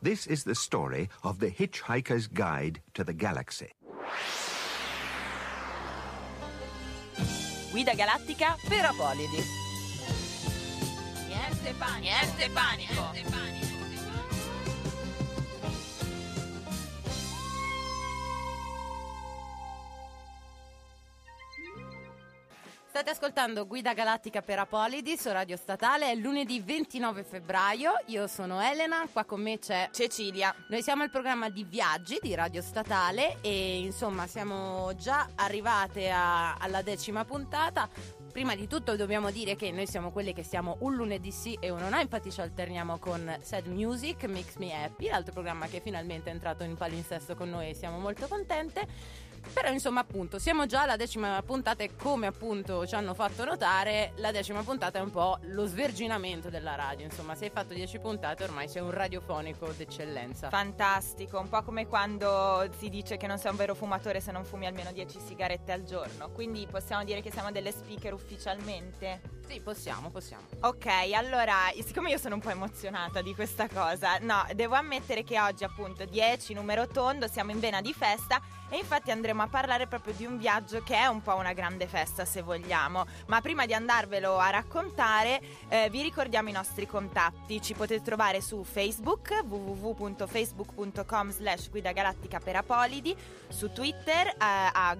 This is the story of the Hitchhiker's Guide to the Galaxy. Guida galattica per Apolidi. Niente panico. State ascoltando Guida Galattica per Apolidi su Radio Statale, è lunedì 29 febbraio, io sono Elena, qua con me c'è Cecilia. Noi siamo il programma di viaggi di Radio Statale e insomma siamo già arrivate alla 10ª puntata. Prima di tutto dobbiamo dire che noi siamo quelli che siamo un lunedì sì e uno no, infatti ci alterniamo con Sad Music, Makes Me Happy, l'altro programma che finalmente è entrato in palinsesto con noi e siamo molto contente. Però insomma appunto siamo già alla 10ª puntata e come appunto ci hanno fatto notare la 10ª puntata è un po' lo sverginamento della radio. Insomma, se hai fatto 10 puntate ormai sei un radiofonico d'eccellenza. Fantastico, un po' come quando si dice che non sei un vero fumatore se non fumi almeno 10 sigarette al giorno. Quindi possiamo dire che siamo delle speaker ufficialmente? Sì, possiamo. Ok, allora, siccome io sono un po' emozionata di questa cosa, no, devo ammettere che oggi appunto 10, numero tondo, siamo in vena di festa e infatti andremo a parlare proprio di un viaggio che è un po' una grande festa se vogliamo. Ma prima di andarvelo a raccontare vi ricordiamo i nostri contatti. Ci potete trovare su Facebook, www.facebook.com/Guida Galattica per Apolidi, su Twitter a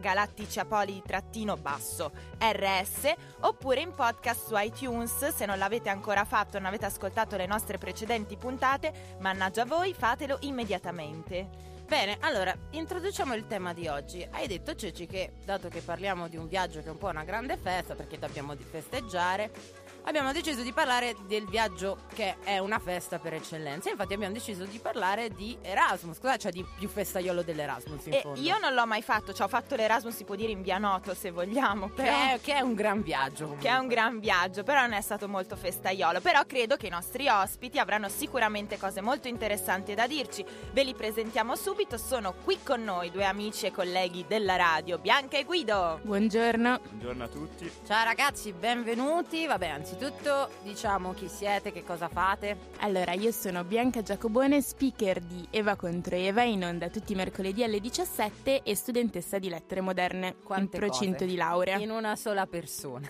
galattici_RS, oppure in podcast su iTunes. Se non l'avete ancora fatto, non avete ascoltato le nostre precedenti puntate, mannaggia voi, fatelo immediatamente. Bene, allora, introduciamo il tema di oggi. Hai detto, Ceci, che dato che parliamo di un viaggio che è un po' una grande festa, perché dobbiamo di festeggiare, abbiamo deciso di parlare del viaggio che è una festa per eccellenza. Infatti abbiamo deciso di parlare di Erasmus. Cosa c'è di più festaiolo dell'Erasmus in fondo? Io non l'ho mai fatto, ho fatto l'Erasmus, si può dire in via Noto se vogliamo, però che è un gran viaggio comunque. Che è un gran viaggio, però non è stato molto festaiolo. Però credo che i nostri ospiti avranno sicuramente cose molto interessanti da dirci. Ve li presentiamo subito, sono qui con noi due amici e colleghi della radio, Bianca e Guido. Buongiorno. Buongiorno a tutti. Ciao ragazzi, benvenuti. Vabbè, anzitutto diciamo chi siete, che cosa fate. Allora, io sono Bianca Giacobone, speaker di Eva contro Eva, in onda tutti i mercoledì alle 17 e studentessa di lettere moderne. Quante in procinto cose di laurea. in una sola persona.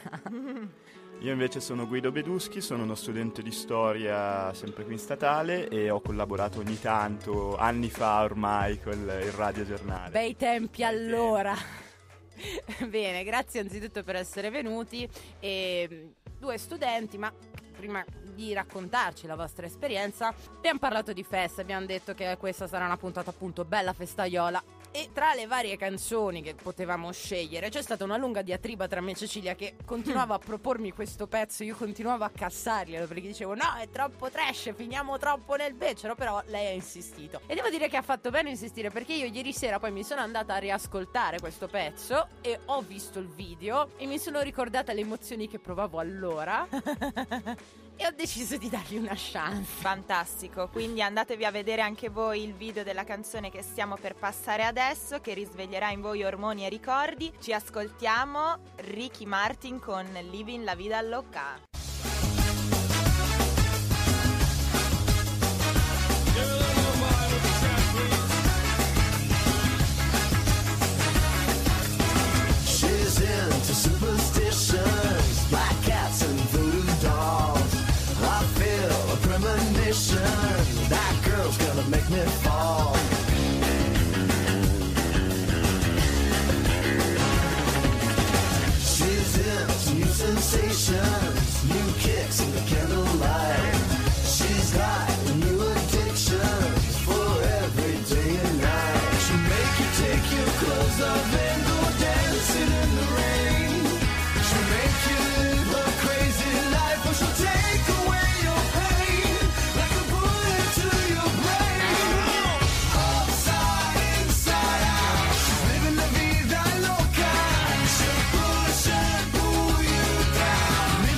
Io invece sono Guido Beduschi, sono uno studente di storia sempre qui in statale e ho collaborato ogni tanto, anni fa ormai, con il Radio Giornale. Bei tempi allora. Bene, grazie anzitutto per essere venuti. Due studenti, ma prima di raccontarci la vostra esperienza abbiamo parlato di festa, abbiamo detto che questa sarà una puntata appunto bella festaiola. E tra le varie canzoni che potevamo scegliere c'è stata una lunga diatriba tra me e Cecilia, che continuava a propormi questo pezzo, io continuavo a cassarglielo perché dicevo no, è troppo trash, finiamo troppo nel becero, però lei ha insistito e devo dire che ha fatto bene insistere, perché io ieri sera poi mi sono andata a riascoltare questo pezzo e ho visto il video e mi sono ricordata le emozioni che provavo allora e ho deciso di dargli una chance. Fantastico, quindi andatevi a vedere anche voi il video della canzone che stiamo per passare adesso, che risveglierà in voi ormoni e ricordi. Ci ascoltiamo Ricky Martin con Living la Vida Loca. She's into superstitions, black cats and voodoo dolls. I feel a premonition, that girl's gonna make me fall. She's into new sensations, new kicks in the candlelight. She's got new addictions for every day and night. She'll make you take your clothes off and go dancing in the rain. She'll make you live a crazy life, or she'll take away your pain like a bullet to your brain. Upside, inside out, she's living la vida loca. She'll push and pull you down.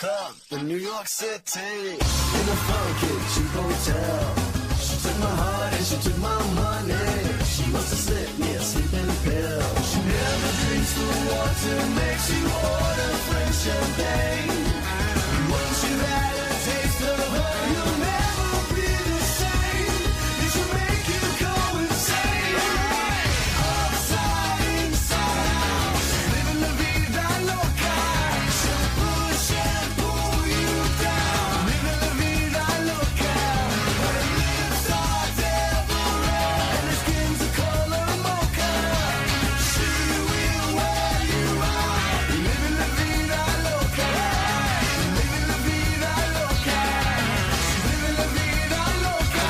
club in New York City, in a funky cheap hotel. She took my heart and she took my money. She must have slipped me a sleeping pill. She never drinks the water, makes you order French champagne. Once you've had a taste of her, you'll never be the same. It should make you go insane. Upside, inside out, living la vida loca. She'll push and pull you down, living la vida loca. Her lips are devil red and her skin's the color mocha. She will wear you out, living la vida loca. Living la vida loca. Living la vida loca.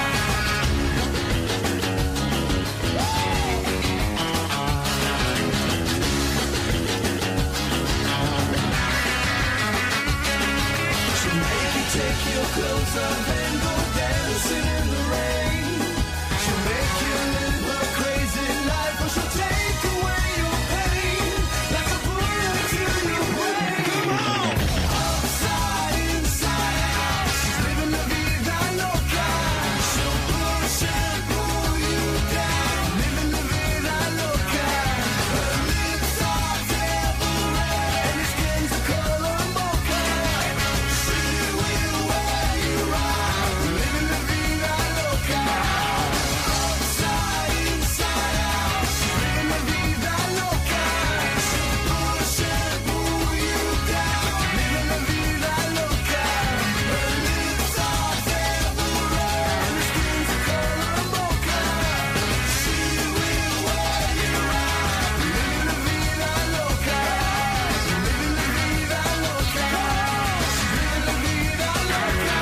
She'll make you take your clothes off and go dancing in the rain. She'll make you live a crazy life, or she'll take away your pain like a bullet to your brain. Come on! Upside, inside out, she's living la vida loca. She'll push and pull you down, living la vida loca. Her lips are devil red and her skin's the color mocha. She will wear you out, living la vida loca. Upside, inside out, she's living la vida loca. She'll push and pull you down, living la vida loca. Her lips are devil red and her skin's the color mocha. She will wear you out, living la vida loca. Living la vida loca. Living la vida loca.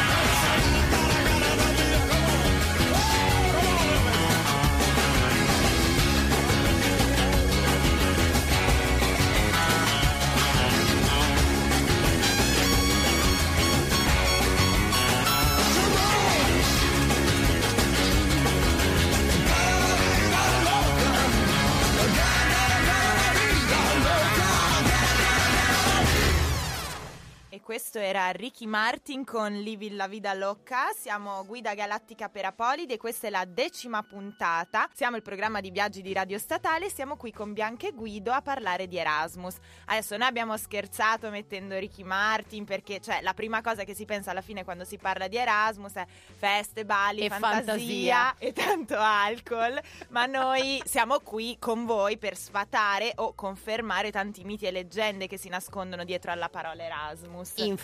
E questo era Ricky Martin con Living la Vida Loca. Siamo Guida Galattica per Apolide e questa è la 10ª puntata. Siamo il programma di viaggi di Radio Statale. Siamo qui con Bianca e Guido a parlare di Erasmus. Adesso noi abbiamo scherzato mettendo Ricky Martin perché, cioè, la prima cosa che si pensa alla fine quando si parla di Erasmus è feste, balli, E fantasia e tanto alcol. Ma noi siamo qui con voi per sfatare o confermare tanti miti e leggende che si nascondono dietro alla parola Erasmus.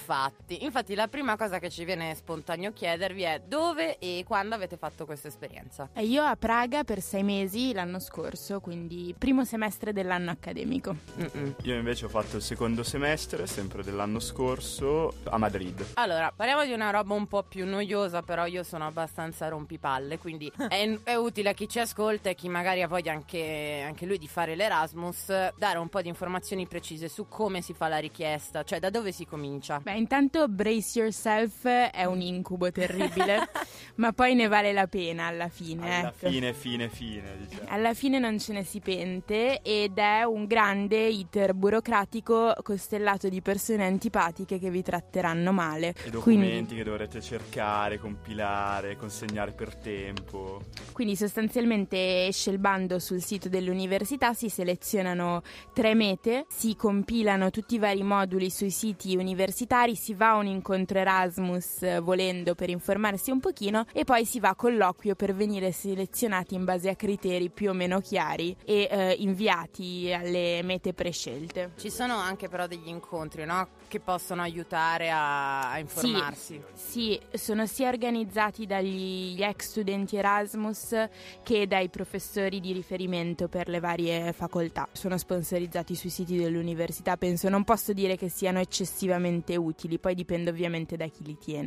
Infatti la prima cosa che ci viene spontaneo chiedervi è dove e quando avete fatto questa esperienza. Io a Praga per 6 mesi l'anno scorso, quindi primo semestre dell'anno accademico. Io invece ho fatto il secondo semestre, sempre dell'anno scorso, a Madrid. Allora, parliamo di una roba un po' più noiosa, però io sono abbastanza rompipalle, quindi è utile a chi ci ascolta e chi magari ha voglia anche lui di fare l'Erasmus, dare un po' di informazioni precise su come si fa la richiesta, cioè da dove si comincia. Beh, intanto brace yourself è un incubo terribile, ma poi ne vale la pena alla fine. Alla ecco. fine, diciamo. Alla fine non ce ne si pente ed è un grande iter burocratico costellato di persone antipatiche che vi tratteranno male. E documenti che dovrete cercare, compilare, consegnare per tempo. Quindi sostanzialmente esce il bando sul sito dell'università, si selezionano 3 mete, si compilano tutti i vari moduli sui siti universitari, si va a un incontro Erasmus volendo per informarsi un pochino e poi si va a colloquio per venire selezionati in base a criteri più o meno chiari e inviati alle mete prescelte. Ci sono anche però degli incontri, no? Che possono aiutare a informarsi. Sì, sono sia organizzati dagli ex studenti Erasmus che dai professori di riferimento per le varie facoltà. Sono sponsorizzati sui siti dell'università, penso. Non posso dire che siano eccessivamente utili, poi dipende ovviamente da chi li tiene.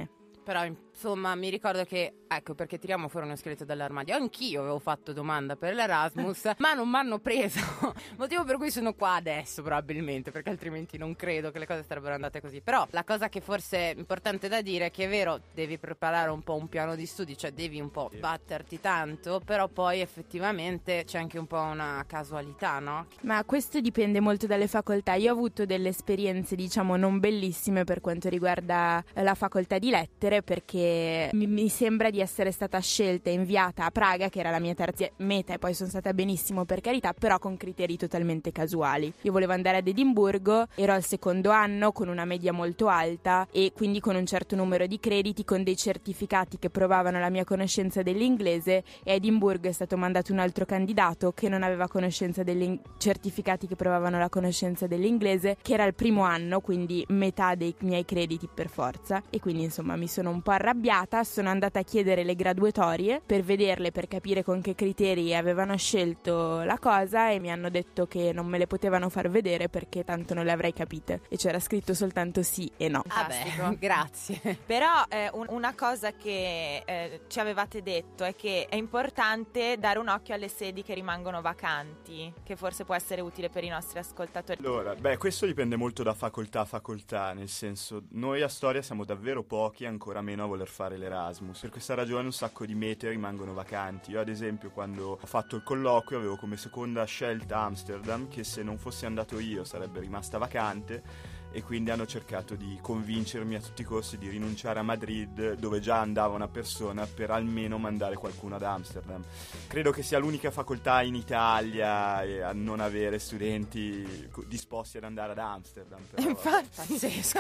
Però insomma mi ricordo che, ecco, perché tiriamo fuori uno scheletro dall'armadio, anch'io avevo fatto domanda per l'Erasmus ma non mi hanno preso, motivo per cui sono qua adesso probabilmente, perché altrimenti non credo che le cose sarebbero andate così. Però la cosa che forse è importante da dire è che è vero, devi preparare un po' un piano di studi, cioè devi un po' batterti tanto, però poi effettivamente c'è anche un po' una casualità, no? Ma questo dipende molto dalle facoltà. Io ho avuto delle esperienze, diciamo, non bellissime per quanto riguarda la facoltà di lettere, perché mi sembra di essere stata scelta e inviata a Praga, che era la mia terza meta, e poi sono stata benissimo per carità, però con criteri totalmente casuali. Io volevo andare ad Edimburgo, ero al secondo anno con una media molto alta e quindi con un certo numero di crediti, con dei certificati che provavano la mia conoscenza dell'inglese, e a Edimburgo è stato mandato un altro candidato che non aveva conoscenza dei certificati che provavano la conoscenza dell'inglese, che era il primo anno, quindi metà dei miei crediti per forza, e quindi insomma mi sono un po' arrabbiata. Sono andata a chiedere le graduatorie per vederle, per capire con che criteri avevano scelto la cosa, e mi hanno detto che non me le potevano far vedere perché tanto non le avrei capite, e c'era scritto soltanto sì e no. Vabbè, grazie. Però una cosa che ci avevate detto è che è importante dare un occhio alle sedi che rimangono vacanti, che forse può essere utile per i nostri ascoltatori. Allora, questo dipende molto da facoltà a facoltà, nel senso, noi a storia siamo davvero pochi, ancora meno a voler fare l'Erasmus. Per questa ragione un sacco di mete rimangono vacanti. Io ad esempio quando ho fatto il colloquio avevo come seconda scelta Amsterdam, che se non fossi andato io sarebbe rimasta vacante, e quindi hanno cercato di convincermi a tutti i costi di rinunciare a Madrid, dove già andava una persona, per almeno mandare qualcuno ad Amsterdam. Credo che sia l'unica facoltà in Italia a non avere studenti disposti ad andare ad Amsterdam. Però, Pazzesco.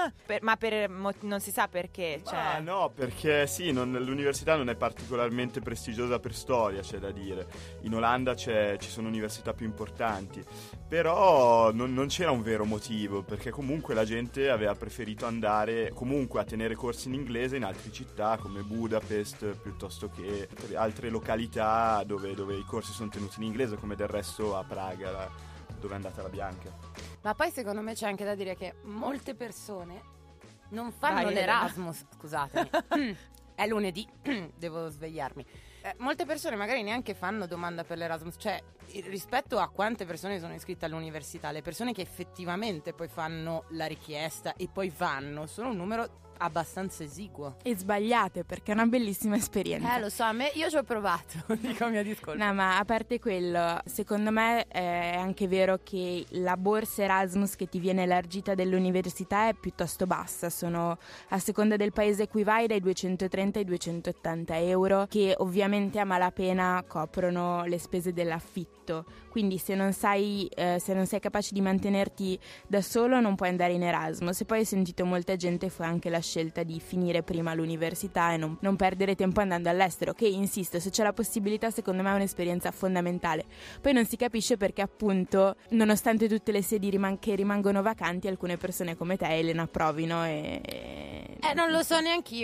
Ma non si sa perché. Ma no, perché sì, l'università non è particolarmente prestigiosa per storia, c'è da dire. In Olanda ci sono università più importanti, però non c'era un vero motivo, perché comunque la gente aveva preferito andare comunque a tenere corsi in inglese in altre città come Budapest, piuttosto che altre località dove i corsi sono tenuti in inglese, come del resto a Praga, dove è andata la Bianca. Ma poi secondo me c'è anche da dire che molte persone non fanno Vai, l'Erasmus, scusatemi, è lunedì, devo svegliarmi. Molte persone magari neanche fanno domanda per l'Erasmus, cioè rispetto a quante persone sono iscritte all'università, le persone che effettivamente poi fanno la richiesta e poi vanno sono un numero abbastanza esiguo. E sbagliate, perché è una bellissima esperienza. Lo so, io ci ho provato, dico mia discolpa. No, ma a parte quello, secondo me è anche vero che la borsa Erasmus che ti viene elargita dall'università è piuttosto bassa. Sono, a seconda del paese a cui vai, dai 230 ai 280 euro, che ovviamente a malapena coprono le spese dell'affitto. Quindi se non sei capace di mantenerti da solo non puoi andare in Erasmus. E poi ho sentito molta gente fa anche la scelta di finire prima l'università e non perdere tempo andando all'estero, che insisto, se c'è la possibilità, secondo me è un'esperienza fondamentale. Poi non si capisce perché appunto, nonostante tutte le sedi che rimangono vacanti, alcune persone come te, Elena, provino e non lo so neanch'io,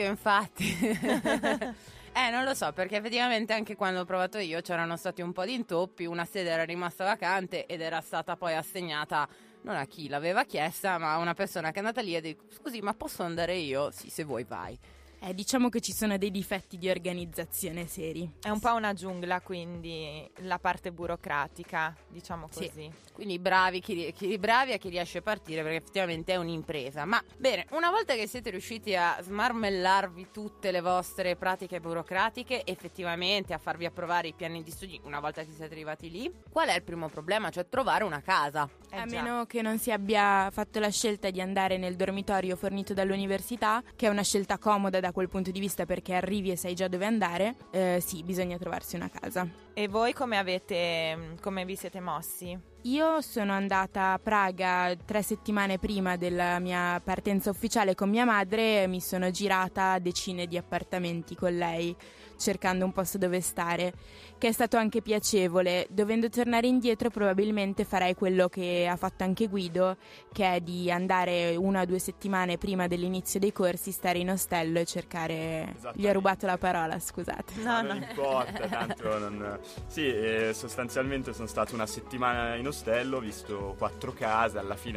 infatti. Non lo so, perché effettivamente anche quando ho provato io c'erano stati un po' di intoppi, una sede era rimasta vacante ed era stata poi assegnata non a chi l'aveva chiesta, ma a una persona che è andata lì e ha detto: scusi, ma posso andare io? Sì, se vuoi vai. Diciamo che ci sono dei difetti di organizzazione seri. È un po' una giungla, quindi la parte burocratica, diciamo così. Sì. Quindi bravi chi bravi a chi riesce a partire, perché effettivamente è un'impresa. Ma bene, una volta che siete riusciti a smarmellarvi tutte le vostre pratiche burocratiche, effettivamente a farvi approvare i piani di studi, una volta che siete arrivati lì, qual è il primo problema? Cioè trovare una casa. A meno che non si abbia fatto la scelta di andare nel dormitorio fornito dall'università, che è una scelta comoda da quel punto di vista perché arrivi e sai già dove andare, sì, bisogna trovarsi una casa. E voi come vi siete mossi? Io sono andata a Praga 3 settimane prima della mia partenza ufficiale con mia madre e mi sono girata decine di appartamenti con lei, cercando un posto dove stare, che è stato anche piacevole. Dovendo tornare indietro probabilmente farei quello che ha fatto anche Guido, che è di andare 1 o 2 settimane prima dell'inizio dei corsi, stare in ostello e cercare... Gli ho rubato la parola, scusate. Non importa, tanto non... Sì, sostanzialmente sono stato una settimana in ostello, ho visto 4 case, alla fine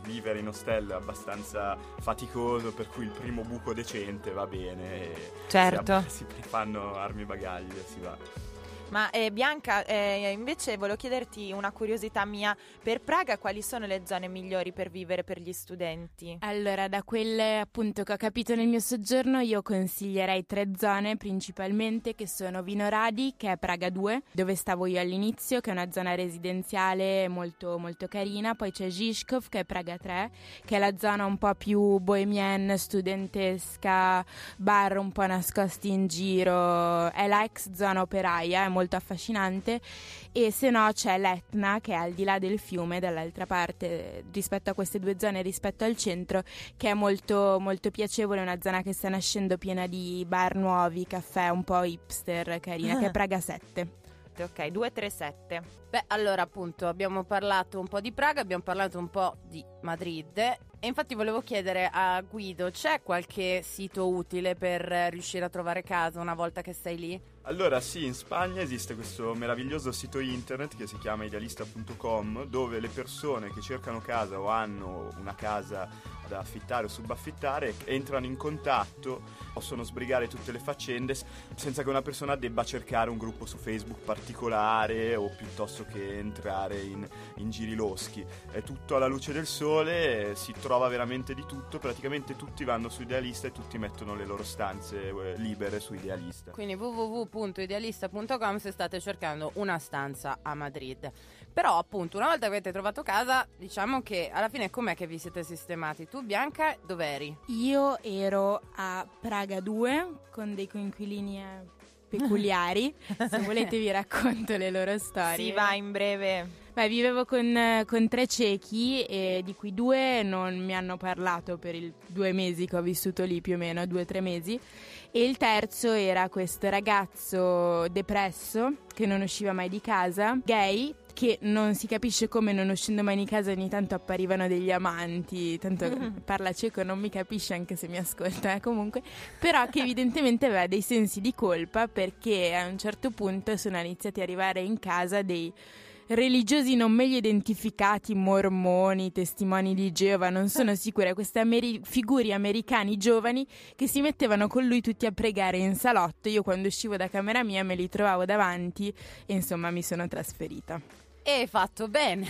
vivere in ostello è abbastanza faticoso, per cui il primo buco decente va bene e Certo. si fanno armi e bagagli e si va. Ma Bianca, invece volevo chiederti una curiosità mia, per Praga quali sono le zone migliori per vivere per gli studenti? Allora, da quelle appunto che ho capito nel mio soggiorno, io consiglierei 3 zone principalmente, che sono Vinohrady, che è Praga 2, dove stavo io all'inizio, che è una zona residenziale molto molto carina. Poi c'è Žižkov, che è Praga 3, che è la zona un po' più bohemienne, studentesca, bar un po' nascosti in giro, è la ex zona operaia, è molto affascinante. E se no c'è l'Etna, che è al di là del fiume, dall'altra parte rispetto a queste 2 zone, rispetto al centro, che è molto molto piacevole, una zona che sta nascendo piena di bar nuovi, caffè un po' hipster, carina, che è Praga 7. Ok, 237. Beh, allora appunto abbiamo parlato un po' di Praga, abbiamo parlato un po' di Madrid e infatti volevo chiedere a Guido, c'è qualche sito utile per riuscire a trovare casa una volta che sei lì? Allora sì, in Spagna esiste questo meraviglioso sito internet che si chiama idealista.com, dove le persone che cercano casa o hanno una casa da affittare o subaffittare entrano in contatto, possono sbrigare tutte le faccende senza che una persona debba cercare un gruppo su Facebook particolare o piuttosto che entrare in giri loschi. È tutto alla luce del sole, si trova veramente di tutto, praticamente tutti vanno su Idealista e tutti mettono le loro stanze libere su Idealista. Quindi www.idealista.com se state cercando una stanza a Madrid. Però appunto una volta che avete trovato casa, diciamo che alla fine com'è che vi siete sistemati? Tu Bianca dov'eri? Io ero a Praga 2 con dei coinquilini peculiari. Se volete vi racconto le loro storie. Sì, va, in breve. Beh, vivevo con 3 cechi, e di cui 2 non mi hanno parlato per i 2 mesi che ho vissuto lì, più o meno 2-3 mesi, e il terzo era questo ragazzo depresso che non usciva mai di casa, gay, che non si capisce come, non uscendo mai di casa, ogni tanto apparivano degli amanti, tanto parla ceco, non mi capisce anche se mi ascolta, comunque, però che evidentemente aveva dei sensi di colpa, perché a un certo punto sono iniziati ad arrivare in casa dei religiosi non meglio identificati, mormoni, testimoni di Geova, non sono sicura, queste figure americani giovani che si mettevano con lui tutti a pregare in salotto. Io quando uscivo da camera mia me li trovavo davanti e insomma mi sono trasferita. E hai fatto bene.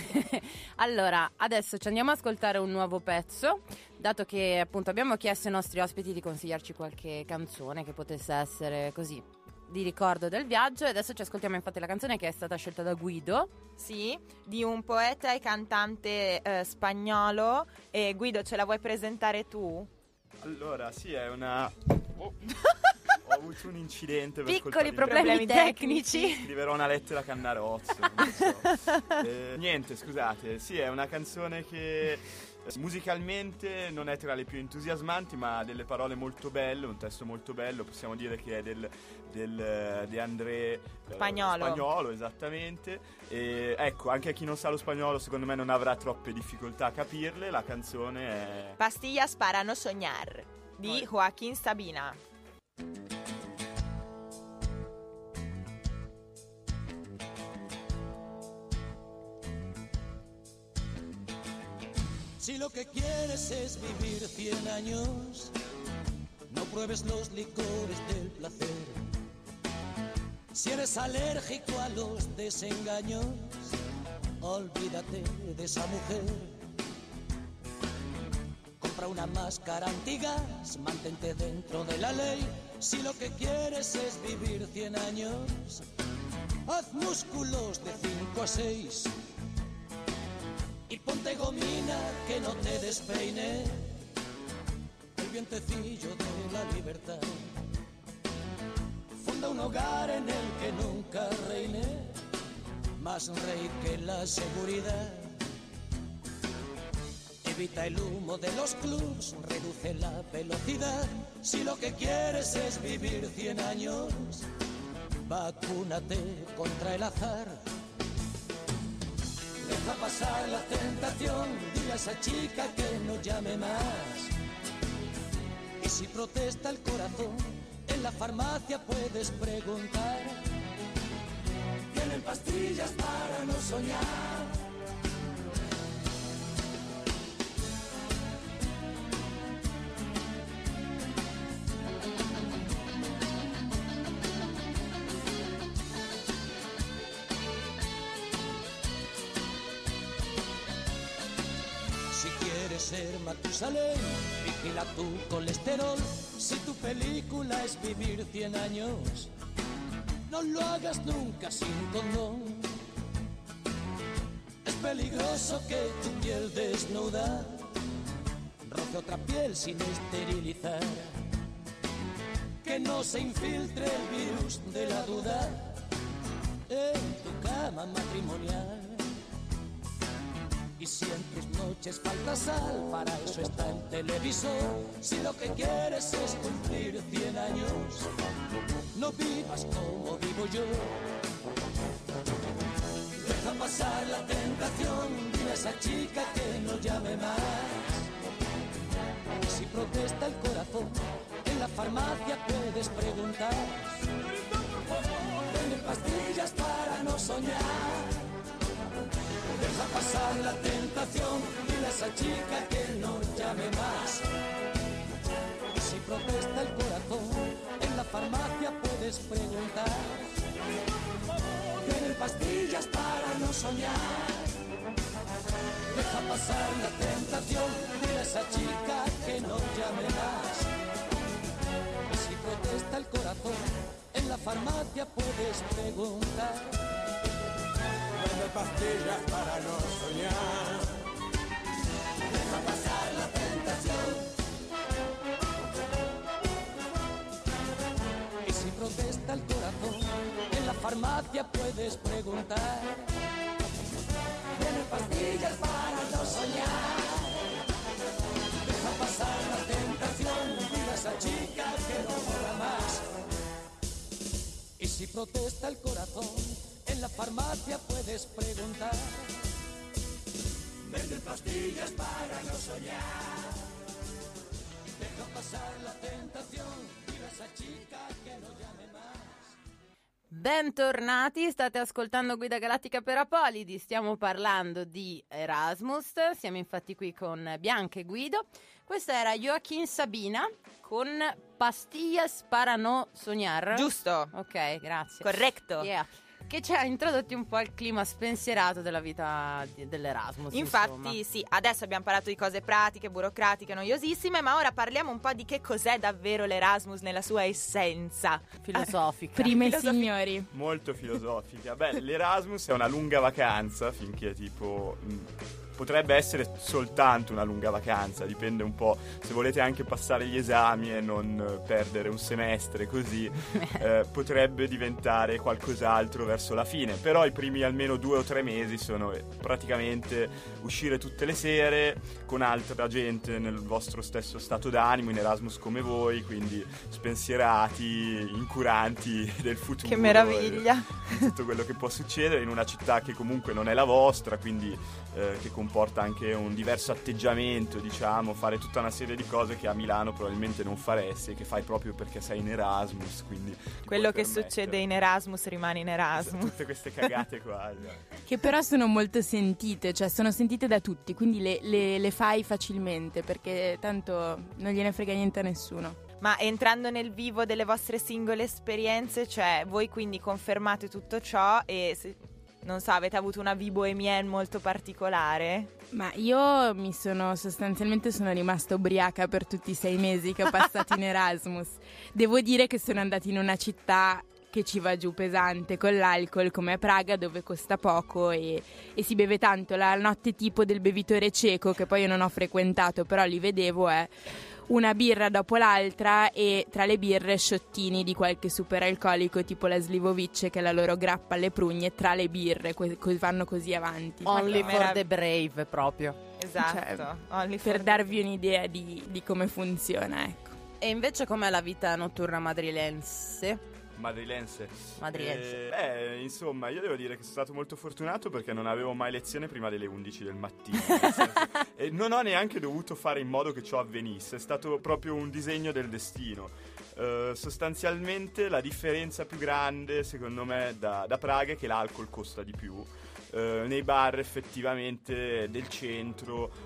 Allora, adesso ci andiamo ad ascoltare un nuovo pezzo, dato che appunto abbiamo chiesto ai nostri ospiti di consigliarci qualche canzone che potesse essere così di ricordo del viaggio, e adesso ci ascoltiamo infatti la canzone che è stata scelta da Guido. Sì, di un poeta e cantante spagnolo. E Guido, ce la vuoi presentare tu? Allora sì, è una... Ho avuto un incidente per colpa Piccoli di... problemi tecnici. Scriverò una lettera a Cannarozzo, non so. Niente, scusate. Sì, è una canzone che musicalmente non è tra le più entusiasmanti, ma ha delle parole molto belle, un testo molto bello. Possiamo dire che è De André Spagnolo, esattamente. E ecco, anche a chi non sa lo spagnolo secondo me non avrà troppe difficoltà a capirle. La canzone è Pastillas para no soñar di Joaquín Sabina. Si lo que quieres es vivir 100 años, no pruebes los licores del placer. Si eres alérgico a los desengaños, olvídate de esa mujer. Compra una máscara antigas, mantente dentro de la ley. Si lo que quieres es vivir 100 años, haz músculos de 5 a 6. Y ponte gomina que no te despeine el vientecillo de la libertad. Funda un hogar en el que nunca reine más rey que la seguridad. Evita el humo de los clubs, reduce la velocidad. Si lo que quieres es vivir 100 años, vacúnate contra el azar. Deja pasar la tentación, dile a esa chica que no llame más. Y si protesta el corazón, en la farmacia puedes preguntar. Tienen pastillas para no soñar. Matusalén, vigila tu colesterol. Si tu película es vivir 100 años, no lo hagas nunca sin condón. Es peligroso que tu piel desnuda roce otra piel sin esterilizar. Que no se infiltre el virus de la duda en tu cama matrimonial. Y si en tus noches falta sal, para eso está el televisor. Si lo que quieres es cumplir 100 años, no vivas como vivo yo. Deja pasar la tentación, dile a esa chica que no llame más. Si protesta el corazón, en la farmacia puedes preguntar. Dame pastillas para no soñar. Deja pasar la tentación, dile a esa chica que no llame más. Si protesta el corazón, en la farmacia puedes preguntar. Dame pastillas para no soñar. Deja pasar la tentación, dile a esa chica que no llame más. Si protesta el corazón, en la farmacia puedes preguntar. Dame pastillas para no soñar. Deja pasar la tentación. Y si protesta el corazón, en la farmacia puedes preguntar. Dame pastillas para no soñar. Deja pasar la tentación, dile a esa chica que no mola más. Y si protesta el corazón, en la farmacia puedes preguntar. Venden pastillas para no soñar. Deja pasar la tentación, dile a esa chica que no llame más. Bentornati, state ascoltando Guida Galattica per Apolidi, stiamo parlando di Erasmus, siamo infatti qui con Bianca e Guido. Questa era Joaquin Sabina con Pastillas para no soñar. Giusto. Ok, grazie. Corretto. Yeah. Che ci ha introdotti un po' il clima spensierato della vita dell'Erasmus. Infatti insomma. sì, adesso abbiamo parlato di cose pratiche, burocratiche, noiosissime, ma ora parliamo un po' di che cos'è davvero l'Erasmus nella sua essenza. Filosofica. Prime signori. Molto filosofica. Beh, l'Erasmus è una lunga vacanza, finché tipo potrebbe essere soltanto una lunga vacanza, dipende un po', se volete anche passare gli esami e non perdere un semestre così, potrebbe diventare qualcos'altro verso la fine, però i primi almeno 2 o 3 mesi sono praticamente uscire tutte le sere con altra gente nel vostro stesso stato d'animo, in Erasmus come voi, quindi spensierati, incuranti del futuro. Che meraviglia! Tutto quello che può succedere in una città che comunque non è la vostra, quindi che comporta anche un diverso atteggiamento, diciamo, fare tutta una serie di cose che a Milano probabilmente non faresti e che fai proprio perché sei in Erasmus, quindi Quello che succede in Erasmus rimane in Erasmus. tutte queste cagate qua. Che però sono molto sentite, cioè sono sentite da tutti, quindi le fai facilmente perché tanto non gliene frega niente a nessuno. Ma entrando nel vivo delle vostre singole esperienze, cioè voi quindi confermate tutto ciò e non so, avete avuto una vie bohemienne molto particolare? Ma io sostanzialmente sono rimasta ubriaca per tutti i 6 mesi che ho passato in Erasmus. Devo dire che sono andata in una città che ci va giù pesante con l'alcol, come a Praga, dove costa poco e si beve tanto. La notte tipo del bevitore cieco, che poi io non ho frequentato, però li vedevo, è una birra dopo l'altra e tra le birre sciottini di qualche superalcolico tipo la Slivovic, che è la loro grappa alle prugne, tra le birre, vanno così avanti. Only for the brave proprio. Esatto. Cioè, per darvi un'idea di come funziona, ecco. E invece com'è la vita notturna madrilense? Madrilense. Insomma, io devo dire che sono stato molto fortunato perché non avevo mai lezione prima delle 11 del mattino. E non ho neanche dovuto fare in modo che ciò avvenisse, è stato proprio un disegno del destino. Sostanzialmente la differenza più grande, secondo me, da Praga è che l'alcol costa di più. nei bar effettivamente del centro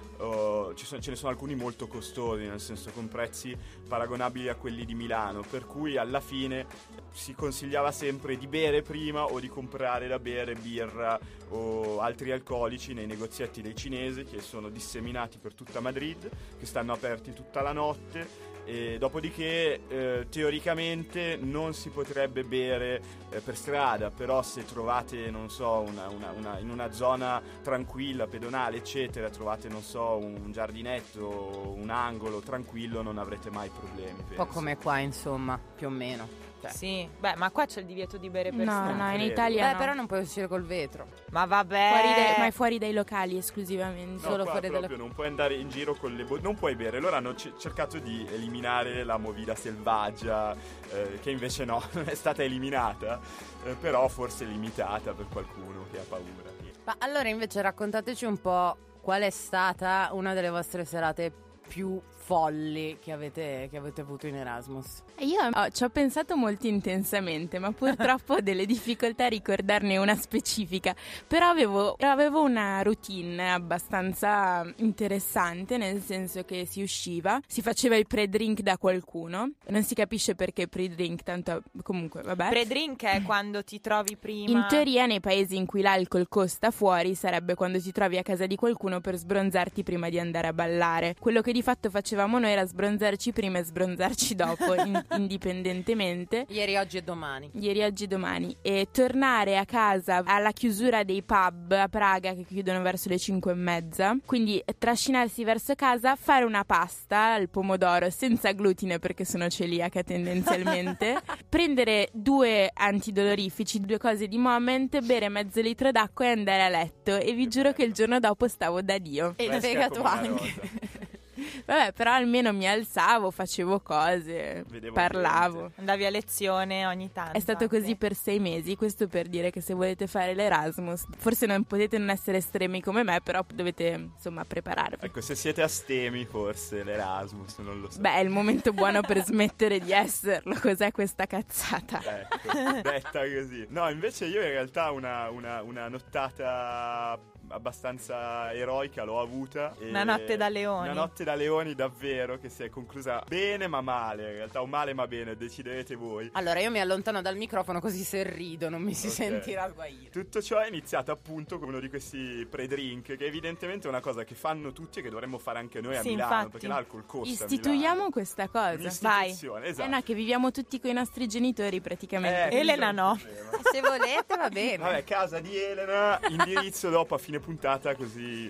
ce ne sono alcuni molto costosi, nel senso con prezzi paragonabili a quelli di Milano, per cui alla fine si consigliava sempre di bere prima o di comprare da bere birra o altri alcolici nei negozietti dei cinesi, che sono disseminati per tutta Madrid, che stanno aperti tutta la notte. E dopodiché teoricamente non si potrebbe bere per strada, però se trovate, non so, in una zona tranquilla, pedonale, eccetera, trovate, non so, un giardinetto, un angolo tranquillo, non avrete mai problemi. Un po' come qua, insomma, più o meno. Sì, beh, ma qua c'è il divieto di bere per No, strada. no, in credo. Italia Beh, no. però non puoi uscire col vetro. Ma vabbè. Ma è fuori dai locali esclusivamente. No, solo qua fuori proprio dalla- non puoi andare in giro con le non puoi bere. Loro hanno cercato di eliminare la movida selvaggia, che invece no, non è stata eliminata, però forse limitata per qualcuno che ha paura. Ma allora invece raccontateci un po' qual è stata una delle vostre serate più folli che avete avuto in Erasmus. Io ci ho pensato molto intensamente, ma purtroppo ho delle difficoltà a ricordarne una specifica. Però avevo una routine abbastanza interessante, nel senso che si usciva, si faceva il pre-drink da qualcuno. Non si capisce perché pre-drink, tanto comunque vabbè. Pre-drink è quando ti trovi prima. In teoria nei paesi in cui l'alcol costa fuori sarebbe quando ti trovi a casa di qualcuno per sbronzarti prima di andare a ballare. Quello che di fatto facevamo noi era sbronzarci prima e sbronzarci dopo, indipendentemente. Ieri, oggi e domani. Ieri, oggi e domani. E tornare a casa alla chiusura dei pub a Praga che chiudono verso le 5:30. Quindi trascinarsi verso casa, fare una pasta al pomodoro senza glutine perché sono celiaca tendenzialmente. Prendere 2 antidolorifici, 2 cose di Moment, bere mezzo litro d'acqua e andare a letto. E vi giuro che il giorno dopo stavo da Dio. E il Fresca fegato come una anche. rosa. Vabbè, però almeno mi alzavo, facevo cose, Vedevo parlavo. gente. Andavi a lezione ogni tanto. È stato anche. così per 6 mesi, questo per dire che se volete fare l'Erasmus, forse non potete non essere estremi come me, però dovete insomma prepararvi. Ecco, se siete astemi forse l'Erasmus, non lo so. Beh, è il momento buono per smettere di esserlo, cos'è questa cazzata? Ecco, detta così. No, invece io in realtà una nottata abbastanza eroica l'ho avuta. Una notte da leoni. Una notte da leoni davvero, che si è conclusa bene ma male, in realtà, o male ma bene, deciderete voi. Allora io mi allontano dal microfono così se rido non mi si Ok. sentirà sguaire. Tutto ciò è iniziato appunto con uno di questi pre-drink, che evidentemente è una cosa che fanno tutti e che dovremmo fare anche noi a Sì, Milano, infatti. perché l'alcol costa a Istituiamo Milano. questa cosa. Un'istituzione, esatto. No, che viviamo tutti con i nostri genitori praticamente. questo Elena è il no. problema. Se volete va bene. Vabbè, casa di Elena, indirizzo dopo a fine puntata, così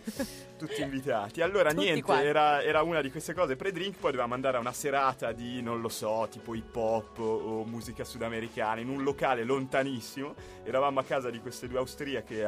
tutti invitati. Allora, Tutti niente, quanti. era una di queste cose pre-drink, poi dovevamo andare a una serata di, non lo so, tipo hip hop o musica sudamericana, in un locale lontanissimo. Eravamo a casa di queste 2 austriache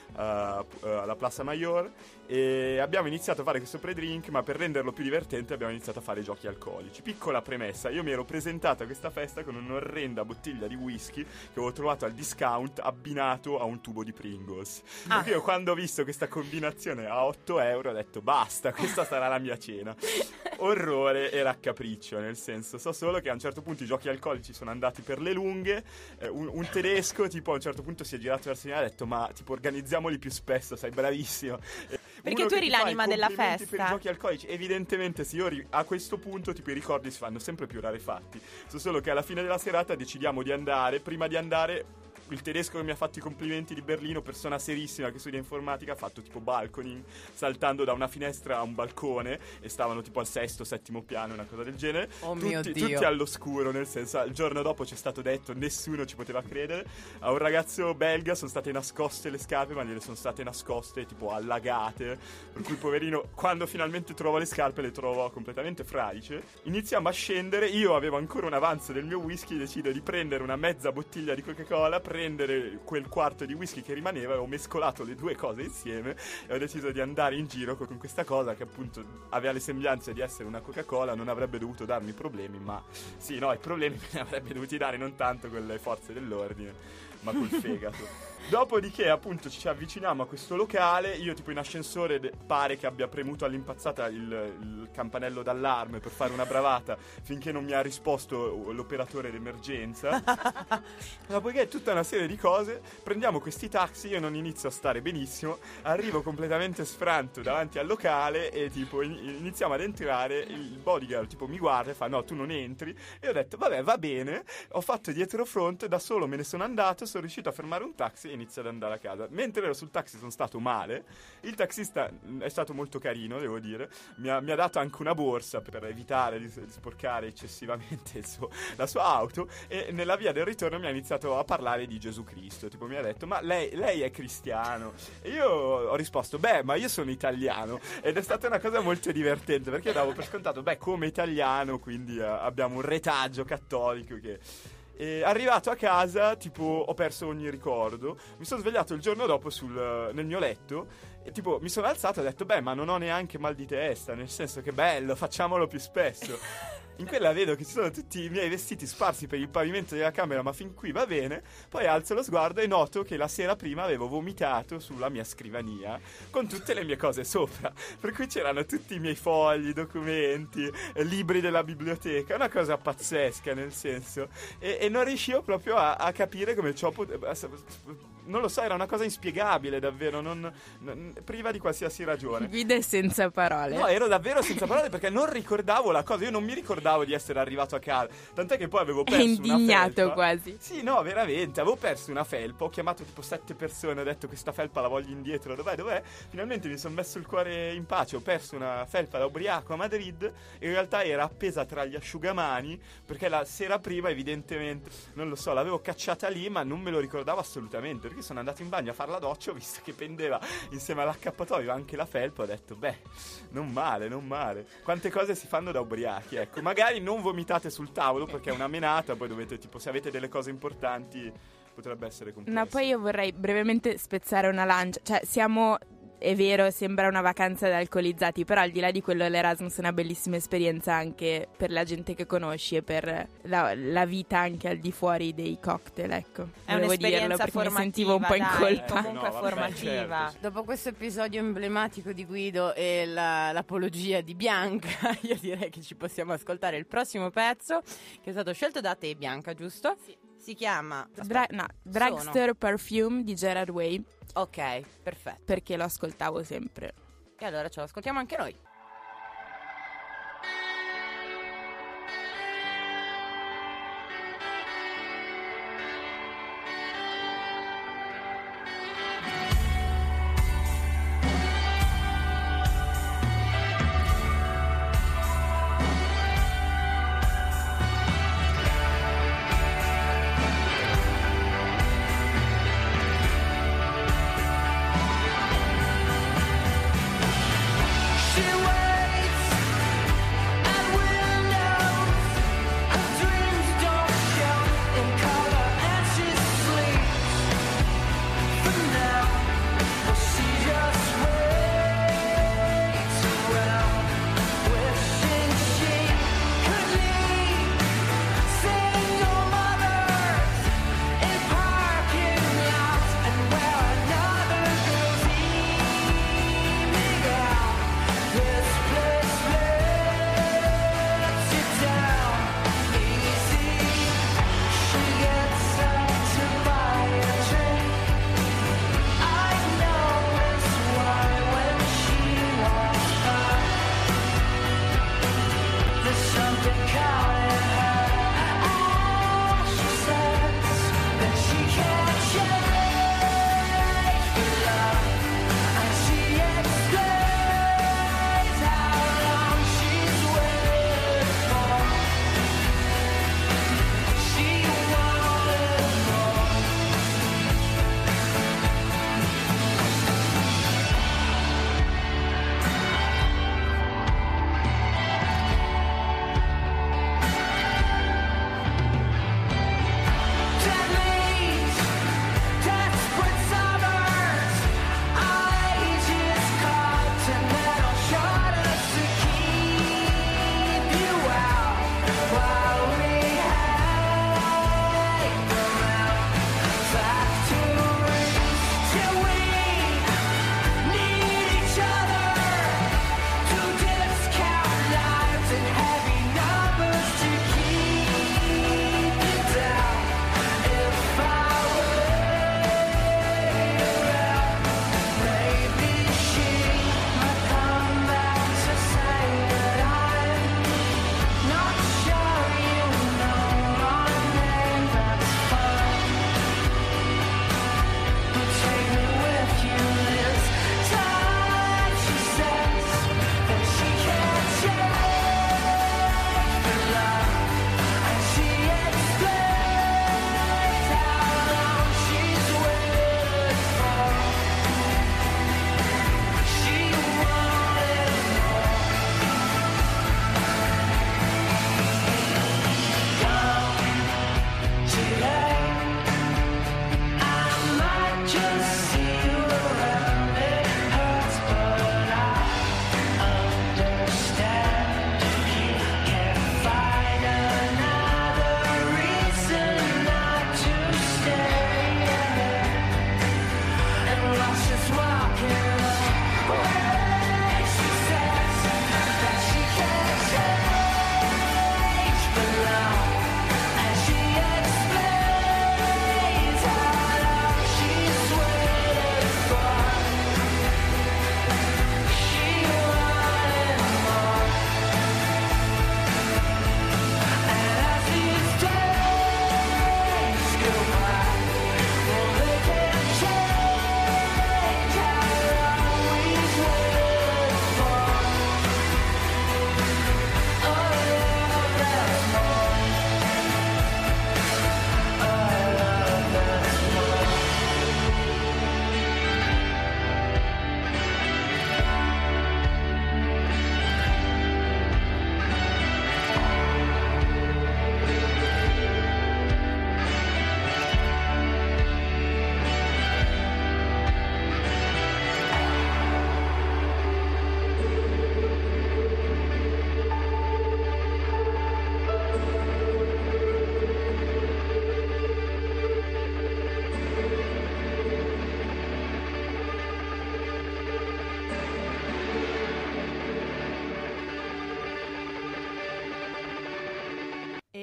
alla Plaza Mayor e abbiamo iniziato a fare questo pre-drink, ma per renderlo più divertente abbiamo iniziato a fare giochi alcolici. Piccola premessa, io mi ero presentato a questa festa con un'orrenda bottiglia di whisky che avevo trovato al discount abbinato a un tubo di Pringles. Perché io quando ho visto questa combinazione a 8 euro ho detto basta, questa sarà la mia cena. Orrore e raccapriccio, nel senso, so solo che a un certo punto i giochi alcolici sono andati per le lunghe, un tedesco tipo a un certo punto si è girato verso di me e ha detto ma tipo organizziamoli più spesso, sei bravissimo. Perché Uno tu che eri ti fa i l'anima della complimenti festa. per i giochi alcolici, evidentemente sì, a questo punto tipo i ricordi si fanno sempre più rarefatti. So solo che alla fine della serata decidiamo di andare, prima di andare il tedesco che mi ha fatto i complimenti di Berlino, persona serissima che studia informatica, ha fatto tipo balconing, saltando da una finestra a un balcone, e stavano tipo al 6º, 7º piano, una cosa del genere. Oh mio Dio. Tutti all'oscuro, nel senso, il giorno dopo ci è stato detto, nessuno ci poteva credere, a un ragazzo belga sono state nascoste le scarpe, ma gliele sono state nascoste tipo allagate, per cui poverino quando finalmente trova le scarpe le trovò completamente fradice. Iniziamo a scendere, io avevo ancora un avanzo del mio whisky, decido di prendere una mezza bottiglia di Coca-Cola, prendere quel quarto di whisky che rimaneva, e ho mescolato le 2 cose insieme e ho deciso di andare in giro con questa cosa che appunto aveva le sembianze di essere una Coca-Cola, non avrebbe dovuto darmi problemi, ma sì, no, i problemi me ne avrebbe dovuti dare non tanto con le forze dell'ordine. ma col fegato. Dopodiché appunto ci avviciniamo a questo locale, io tipo in ascensore pare che abbia premuto all'impazzata il campanello d'allarme per fare una bravata finché non mi ha risposto l'operatore d'emergenza. Dopodiché tutta una serie di cose, prendiamo questi taxi, io non inizio a stare benissimo, arrivo completamente sfranto davanti al locale e tipo iniziamo ad entrare, il bodyguard tipo mi guarda e fa no tu non entri, e ho detto vabbè va bene, ho fatto dietro front, da solo me ne sono andato, sono riuscito a fermare un taxi e inizio ad andare a casa. Mentre ero sul taxi sono stato male, il taxista è stato molto carino, devo dire, mi ha dato anche una borsa per evitare di sporcare eccessivamente la sua auto, e nella via del ritorno mi ha iniziato a parlare di Gesù Cristo, tipo mi ha detto ma lei è cristiano, e io ho risposto beh ma io sono italiano, ed è stata una cosa molto divertente perché io davo per scontato beh come italiano quindi abbiamo un retaggio cattolico che... E arrivato a casa, tipo, ho perso ogni ricordo. Mi sono svegliato il giorno dopo nel mio letto e tipo mi sono alzato e ho detto beh ma non ho neanche mal di testa, nel senso che bello, facciamolo più spesso. In quella vedo che ci sono tutti i miei vestiti sparsi per il pavimento della camera, ma fin qui va bene. Poi alzo lo sguardo e noto che la sera prima avevo vomitato sulla mia scrivania con tutte le mie cose sopra, per cui c'erano tutti i miei fogli, documenti, libri della biblioteca, una cosa pazzesca nel senso, e non riuscivo proprio a capire come ciò non lo so, era una cosa inspiegabile davvero, priva di qualsiasi ragione. Guida senza parole. No, ero davvero senza parole perché non ricordavo la cosa, io non mi ricordavo di essere arrivato a casa, tant'è che poi avevo perso una felpa. È indignato quasi. Sì, no, veramente, avevo perso una felpa, ho chiamato tipo 7 persone, ho detto questa felpa la voglio indietro, dov'è? Finalmente mi sono messo il cuore in pace, ho perso una felpa da ubriaco a Madrid, in realtà era appesa tra gli asciugamani perché la sera prima evidentemente, non lo so, l'avevo cacciata lì ma non me lo ricordavo assolutamente, perché sono andato in bagno a fare la doccia, ho visto che pendeva insieme all'accappatoio anche la felpa, ho detto beh, non male, quante cose si fanno da ubriachi, ecco, magari non vomitate sul tavolo perché è una menata, poi dovete tipo, se avete delle cose importanti potrebbe essere complesso. No, poi io vorrei brevemente spezzare una lancia, cioè siamo... È vero, sembra una vacanza da alcolizzati, però al di là di quello l'Erasmus è una bellissima esperienza anche per la gente che conosci e per la vita anche al di fuori dei cocktail, ecco. È Volevo un'esperienza dirlo perché formativa, mi sentivo un po' in dai, colpa. comunque No, vabbè, formativa. certo. Dopo questo episodio emblematico di Guido e l'apologia di Bianca, io direi che ci possiamo ascoltare il prossimo pezzo che è stato scelto da te, Bianca, giusto? Sì. Si chiama Dragster Perfume di Gerard Way, Ok, perfetto. perché lo ascoltavo sempre. E allora ce lo ascoltiamo anche noi. She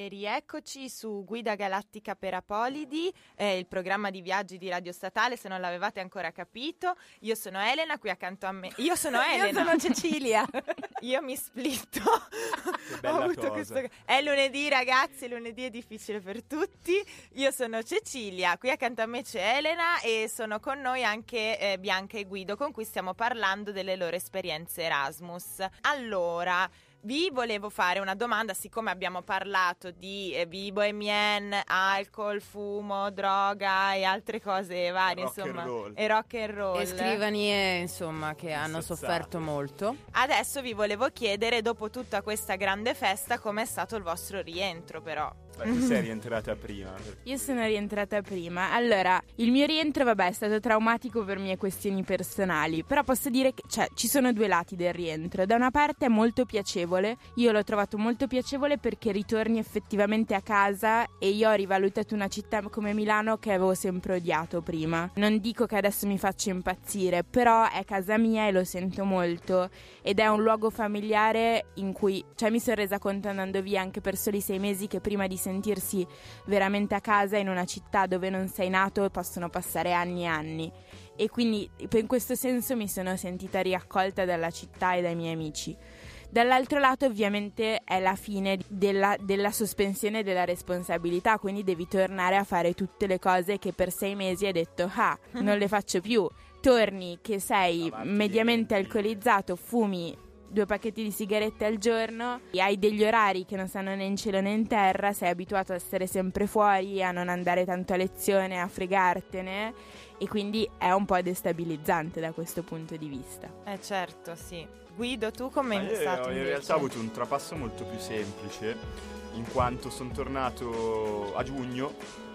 rieccoci su Guida Galattica per Apolidi, il programma di viaggi di Radio Statale, se non l'avevate ancora capito. Io sono Elena, qui accanto a me. Io sono Elena. Io sono Cecilia. Io mi splitto. Che bella cosa. È lunedì, ragazzi, lunedì è difficile per tutti. Io sono Cecilia, qui accanto a me c'è Elena e sono con noi anche Bianca e Guido, con cui stiamo parlando delle loro esperienze Erasmus. Allora, vi volevo fare una domanda, siccome abbiamo parlato di vie bohemienne, alcol, fumo, droga e altre cose varie, Rock insomma, and roll. e rock and roll. E scrivanie, insomma, che hanno Insazzate. sofferto molto. Adesso vi volevo chiedere, dopo tutta questa grande festa, com'è stato il vostro rientro, però. Beh, tu sei rientrata prima. Io sono rientrata prima. Allora, il mio rientro, vabbè, è stato traumatico per mie questioni personali, però posso dire che, ci sono due lati del rientro. Da una parte è molto piacevole, io l'ho trovato molto piacevole perché ritorni effettivamente a casa e io ho rivalutato una città come Milano che avevo sempre odiato prima. Non dico che adesso mi faccia impazzire, però è casa mia e lo sento molto ed è un luogo familiare in cui, mi sono resa conto andando via anche per soli 6 mesi che prima di sentirsi veramente a casa in una città dove non sei nato possono passare anni e anni, e quindi in questo senso mi sono sentita riaccolta dalla città e dai miei amici. Dall'altro lato ovviamente è la fine della sospensione della responsabilità, quindi devi tornare a fare tutte le cose che per 6 mesi hai detto non le faccio più. Torni che sei Avanti mediamente dietro. alcolizzato, fumi 2 pacchetti di sigarette al giorno, hai degli orari che non stanno né in cielo né in terra, sei abituato a essere sempre fuori, a non andare tanto a lezione, a fregartene, e quindi è un po' destabilizzante da questo punto di vista. Certo, sì. Guido, tu come Ma è io stato in invece? realtà ho avuto un trapasso molto più semplice, in quanto sono tornato a giugno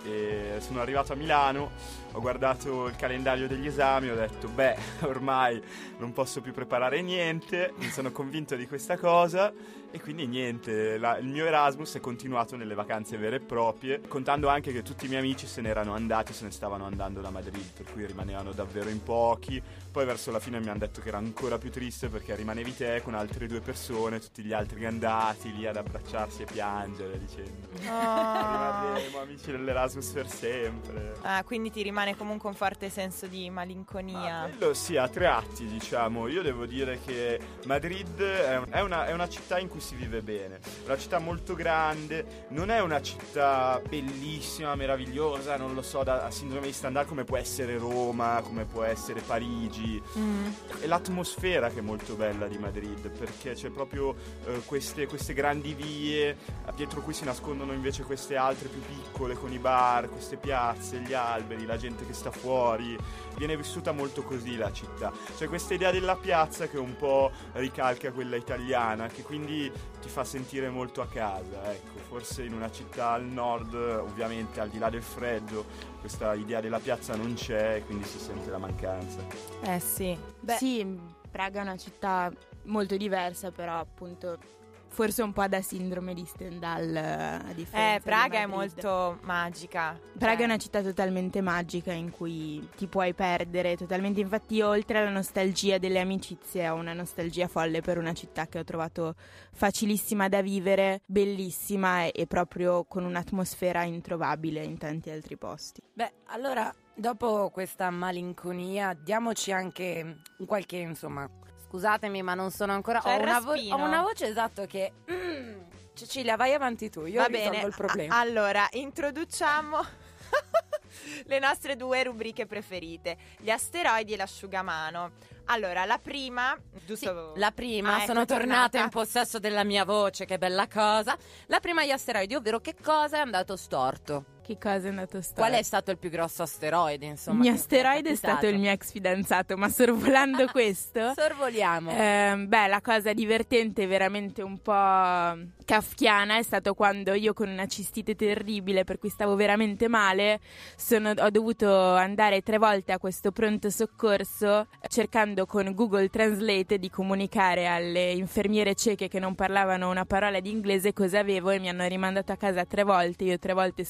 e sono arrivato a Milano, ho guardato il calendario degli esami, ho detto ormai non posso più preparare niente, mi sono convinto di questa cosa e quindi niente, il mio Erasmus è continuato nelle vacanze vere e proprie, contando anche che tutti i miei amici se ne erano andati, se ne stavano andando da Madrid, per cui rimanevano davvero in pochi. Poi verso la fine mi hanno detto che era ancora più triste perché rimanevi te con altre 2 persone, tutti gli altri andati lì ad abbracciarsi e piangere dicendo rimarremo amici dell'Erasmus per sempre. Quindi ti rimane comunque un forte senso di malinconia. Quello sì, a tratti, diciamo. Io devo dire che Madrid è una città in cui si vive bene. È una città molto grande, non è una città bellissima, meravigliosa, non lo so, da sindrome di Stendhal come può essere Roma, come può essere Parigi. È l'atmosfera che è molto bella di Madrid, perché c'è proprio queste grandi vie, dietro cui si nascondono invece queste altre più piccole con i bar, queste piazze, gli alberi, la gente che sta fuori. Viene vissuta molto così la città. C'è questa idea della piazza che un po' ricalca quella italiana, che quindi ti fa sentire molto a casa, ecco. Forse in una città al nord, ovviamente al di là del freddo, questa idea della piazza non c'è e quindi si sente la mancanza. Sì. Sì, Praga è una città molto diversa, però appunto forse un po' da sindrome di Stendhal, a differenza Praga di è Madrid. molto magica. Praga è una città totalmente magica in cui ti puoi perdere totalmente. Infatti io, oltre alla nostalgia delle amicizie, ho una nostalgia folle per una città che ho trovato facilissima da vivere, bellissima e proprio con un'atmosfera introvabile in tanti altri posti. Allora, dopo questa malinconia, diamoci anche qualche, insomma, scusatemi ma non sono ancora... C'è Ho il raspino. una voce esatto che... Cecilia, vai avanti tu, io Va risolvo bene. il problema. Allora, introduciamo le nostre 2 rubriche preferite, gli asteroidi e l'asciugamano. Allora, la prima, giusto? La prima, ecco, sono tornata in tornata. possesso della mia voce, che bella cosa. La prima, gli asteroidi, ovvero che cosa è andato storto. Che cosa è andato storto? Qual è stato il più grosso asteroide, insomma? Il mio che ti asteroide è capitato? stato il mio ex fidanzato, ma sorvolando questo... Sorvoliamo. La cosa divertente, veramente un po' kafkiana, è stato quando io, con una cistite terribile per cui stavo veramente male, ho dovuto andare 3 volte a questo pronto soccorso cercando con Google Translate di comunicare alle infermiere ceche che non parlavano una parola di inglese cosa avevo, e mi hanno rimandato a casa 3 volte. Io 3 volte sono tornata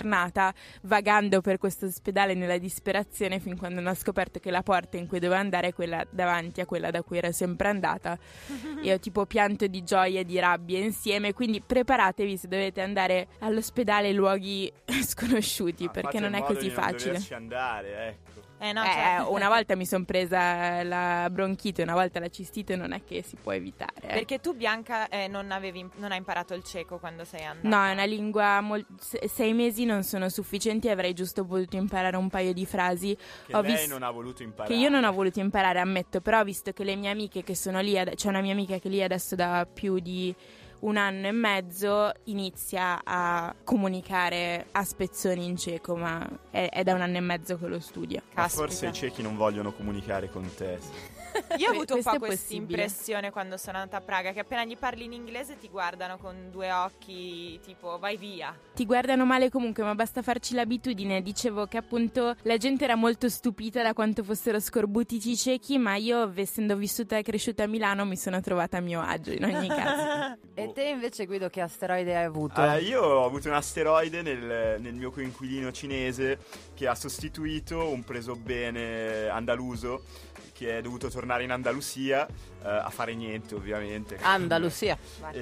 giornata vagando per questo ospedale nella disperazione, fin quando non ho scoperto che la porta in cui dovevo andare è quella davanti a quella da cui ero sempre andata e ho tipo pianto di gioia e di rabbia insieme. Quindi preparatevi se dovete andare all'ospedale in luoghi sconosciuti, perché non è così facile. Doverci andare, ecco. No, certo. Una volta mi sono presa la bronchite, una volta la cistite, non è che si può evitare. Perché tu, Bianca, non hai imparato il ceco quando sei andata? No, è una lingua 6 mesi non sono sufficienti, avrei giusto potuto imparare un paio di frasi. Che lei non ha voluto imparare. Che io non ho voluto imparare, ammetto, però ho visto che le mie amiche che sono lì, c'è una mia amica che è lì adesso da più di 1 anno e mezzo, inizia a comunicare a spezzoni in ceco, ma è da 1 anno e mezzo che lo studia. Ma forse i cechi non vogliono comunicare con te. Io ho avuto un po' Questo è questa possibile. impressione quando sono andata a Praga, che appena gli parli in inglese ti guardano con 2 occhi tipo vai via. Ti guardano male comunque, ma basta farci l'abitudine. Dicevo che appunto la gente era molto stupita da quanto fossero scorbutici i cechi, ma io, essendo vissuta e cresciuta a Milano, mi sono trovata a mio agio in ogni caso. E te invece, Guido, che asteroide hai avuto? Io ho avuto un asteroide nel mio coinquilino cinese che ha sostituito un preso bene andaluso che è dovuto tornare in Andalusia a fare niente, ovviamente. Andalusia.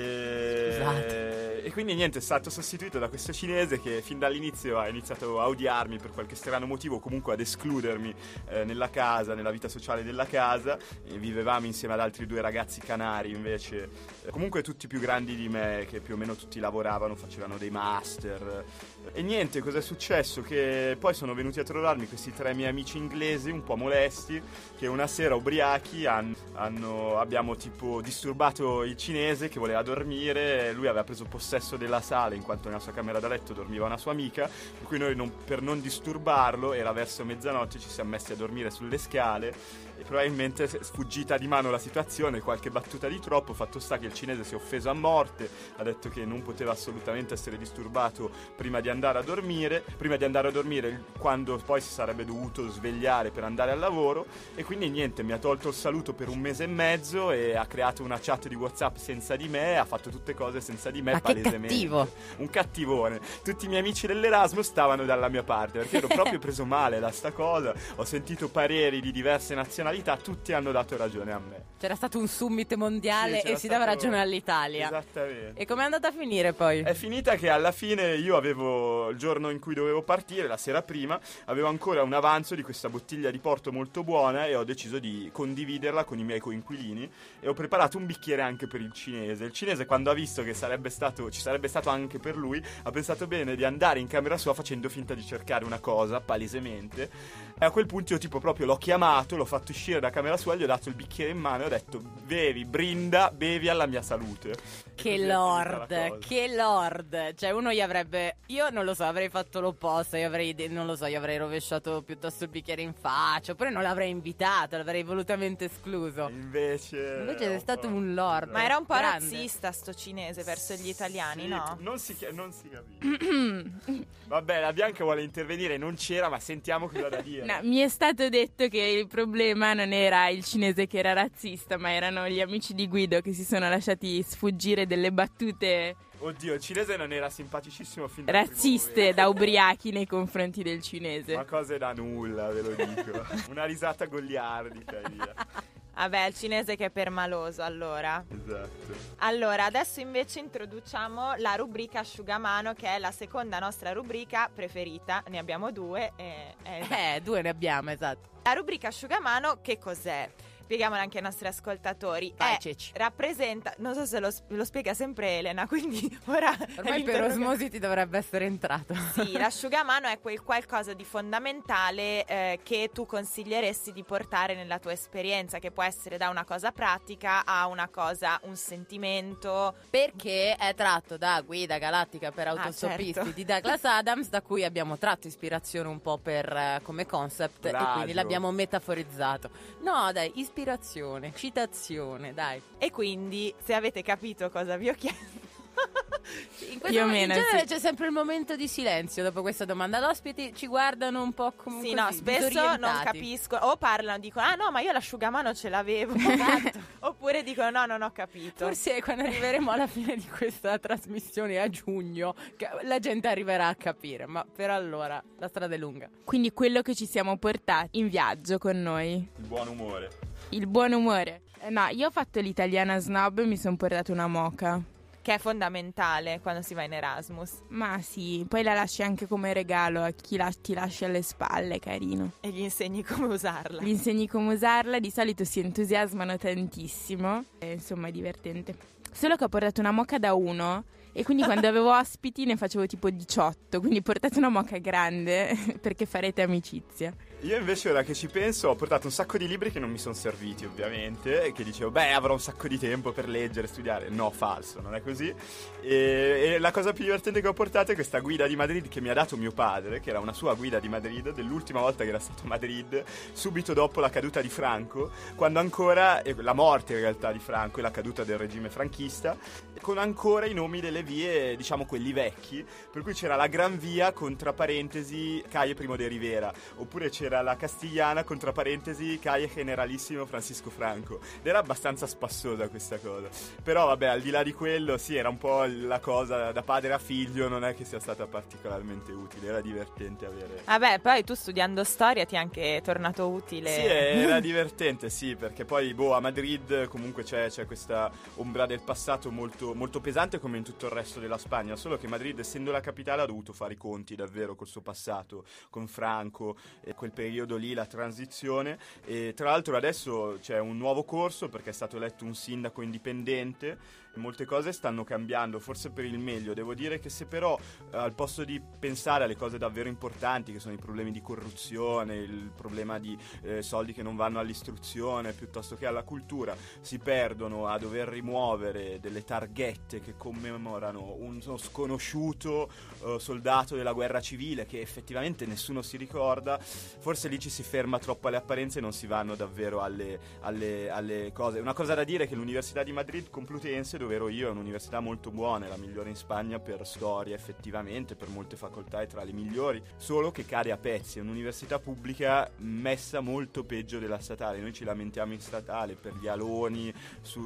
E quindi niente, è stato sostituito da questo cinese che fin dall'inizio ha iniziato a odiarmi per qualche strano motivo, comunque ad escludermi nella casa, nella vita sociale della casa. E vivevamo insieme ad altri 2 ragazzi canari invece, comunque tutti più grandi di me, che più o meno tutti lavoravano, facevano dei master. E niente, cosa è successo? Che poi sono venuti a trovarmi questi 3 miei amici inglesi un po' molesti, che una sera ubriachi abbiamo tipo disturbato il cinese che voleva dormire. Lui aveva preso possesso della sala in quanto nella sua camera da letto dormiva una sua amica, per cui noi per non disturbarlo, era verso mezzanotte, ci siamo messi a dormire sulle scale e probabilmente sfuggita di mano la situazione, qualche battuta di troppo, fatto sta che il cinese si è offeso a morte, ha detto che non poteva assolutamente essere disturbato prima di andare a dormire, quando poi si sarebbe dovuto svegliare per andare al lavoro. E quindi niente, mi ha tolto il saluto per 1 mese e mezzo e ha creato una chat di WhatsApp senza di me, ha fatto tutte cose senza di me. Ma palesemente. che cattivo! Un cattivone. Tutti i miei amici dell'Erasmus stavano dalla mia parte perché ero proprio preso male da sta cosa. Ho sentito pareri di diverse nazionalità, tutti hanno dato ragione a me. C'era stato un summit mondiale Sì, c'era e si dava stato- ragione all'Italia. Esattamente. E com'è andata a finire poi? È finita che alla fine io avevo, il giorno in cui dovevo partire, la sera prima, avevo ancora un avanzo di questa bottiglia di porto molto buona e ho deciso di condividerla con i miei coinquilini e ho preparato un bicchiere anche per il cinese. Il cinese, quando ha visto che ci sarebbe stato anche per lui, ha pensato bene di andare in camera sua facendo finta di cercare una cosa, palesemente. E a quel punto io tipo proprio l'ho chiamato, l'ho fatto uscire da camera sua, gli ho dato il bicchiere in mano e ho detto bevi alla mia salute. Che E così è finita la lord, cosa. che lord. Cioè uno gli avrebbe, io non lo so, avrei fatto l'opposto, gli avrei rovesciato piuttosto il bicchiere in faccia, oppure non l'avrei invitato, l'avrei volutamente escluso. Invece Sei stato un lord. Ma era un po' grande. razzista sto cinese verso gli italiani, Sì, no? Non si capisce. Vabbè, la Bianca vuole intervenire, non c'era, ma sentiamo cosa ha da dire. No, mi è stato detto che il problema non era il cinese che era razzista, ma erano gli amici di Guido che si sono lasciati sfuggire delle battute Oddio, il cinese non era simpaticissimo fin dal razziste da ubriachi nei confronti del cinese. Ma cose da nulla, ve lo dico. Una risata goliardica e via. Vabbè, il cinese che è permaloso, allora. Esatto. Allora, adesso invece introduciamo la rubrica Asciugamano, che è la seconda nostra rubrica preferita. Ne abbiamo 2. 2 ne abbiamo, esatto. La rubrica Asciugamano che cos'è? Spieghiamola anche ai nostri ascoltatori. Vai, Ceci. Rappresenta, non so se lo spiega sempre Elena, quindi ora Ormai per osmosi ti dovrebbe essere entrato. Sì, l'asciugamano è quel qualcosa di fondamentale che tu consiglieresti di portare nella tua esperienza, che può essere da una cosa pratica a una cosa, un sentimento. Perché è tratto da Guida Galattica per autostoppisti certo. di Douglas Adams, da cui abbiamo tratto ispirazione un po' per come concept Plagio. e quindi l'abbiamo metaforizzato. No, dai, ispirazione, citazione, dai. E quindi, se avete capito cosa vi ho chiesto, In Più o meno, in genere sì. c'è sempre il momento di silenzio dopo questa domanda. Gli ospiti ci guardano un po' come Sì, no, spesso non capiscono o parlano, dicono "Ah no, ma io l'asciugamano ce l'avevo". Oppure dicono "No, non ho capito". Forse quando arriveremo alla fine di questa trasmissione a giugno che la gente arriverà a capire, ma per allora la strada è lunga. Quindi quello che ci siamo portati in viaggio con noi, Il buon umore. il buon umore. No, io ho fatto l'italiana snob e mi sono portato una moka. Che è fondamentale quando si va in Erasmus. Ma sì, poi la lasci anche come regalo a chi ti lascia alle spalle, carino. E gli insegni come usarla. Gli insegni come usarla, di solito si entusiasmano tantissimo e insomma è divertente. Solo che ho portato una moka da 1 e quindi quando avevo ospiti ne facevo tipo 18, quindi portate una moka grande perché farete amicizia. Io invece, ora che ci penso, ho portato un sacco di libri che non mi sono serviti, ovviamente, e che dicevo, avrò un sacco di tempo per leggere, studiare. No, falso, non è così. E la cosa più divertente che ho portato è questa guida di Madrid che mi ha dato mio padre, che era una sua guida di Madrid, dell'ultima volta che era stato a Madrid, subito dopo la caduta di Franco, quando ancora, la morte in realtà di Franco e la caduta del regime franchista, con ancora i nomi delle vie, diciamo quelli vecchi, per cui c'era la Gran Via, con tra parentesi, Calle Primo de Rivera, oppure c'era la Castigliana, con tra parentesi, Calle Generalissimo Francisco Franco, ed era abbastanza spassosa questa cosa. Però vabbè, al di là di quello, sì, era un po' la cosa da padre a figlio, non è che sia stata particolarmente utile, era divertente avere... Vabbè, poi tu studiando storia ti è anche tornato utile. Sì, era divertente, sì, perché poi a Madrid comunque c'è questa ombra del passato molto, molto pesante, come in tutto il resto della Spagna, solo che Madrid, essendo la capitale, ha dovuto fare i conti davvero col suo passato, con Franco, quel periodo lì, la transizione. E tra l'altro adesso c'è un nuovo corso perché è stato eletto un sindaco indipendente. Molte cose stanno cambiando, forse per il meglio. Devo dire che se però al posto di pensare alle cose davvero importanti, che sono i problemi di corruzione, il problema di soldi che non vanno all'istruzione piuttosto che alla cultura, si perdono a dover rimuovere delle targhette che commemorano uno sconosciuto soldato della guerra civile che effettivamente nessuno si ricorda, forse lì ci si ferma troppo alle apparenze e non si vanno davvero alle cose. Una cosa da dire è che l'Università di Madrid Complutense, dove ero io, è un'università molto buona, è la migliore in Spagna per storia, effettivamente, per molte facoltà è tra le migliori, solo che cade a pezzi. È un'università pubblica messa molto peggio della statale. Noi ci lamentiamo in statale per gli aloni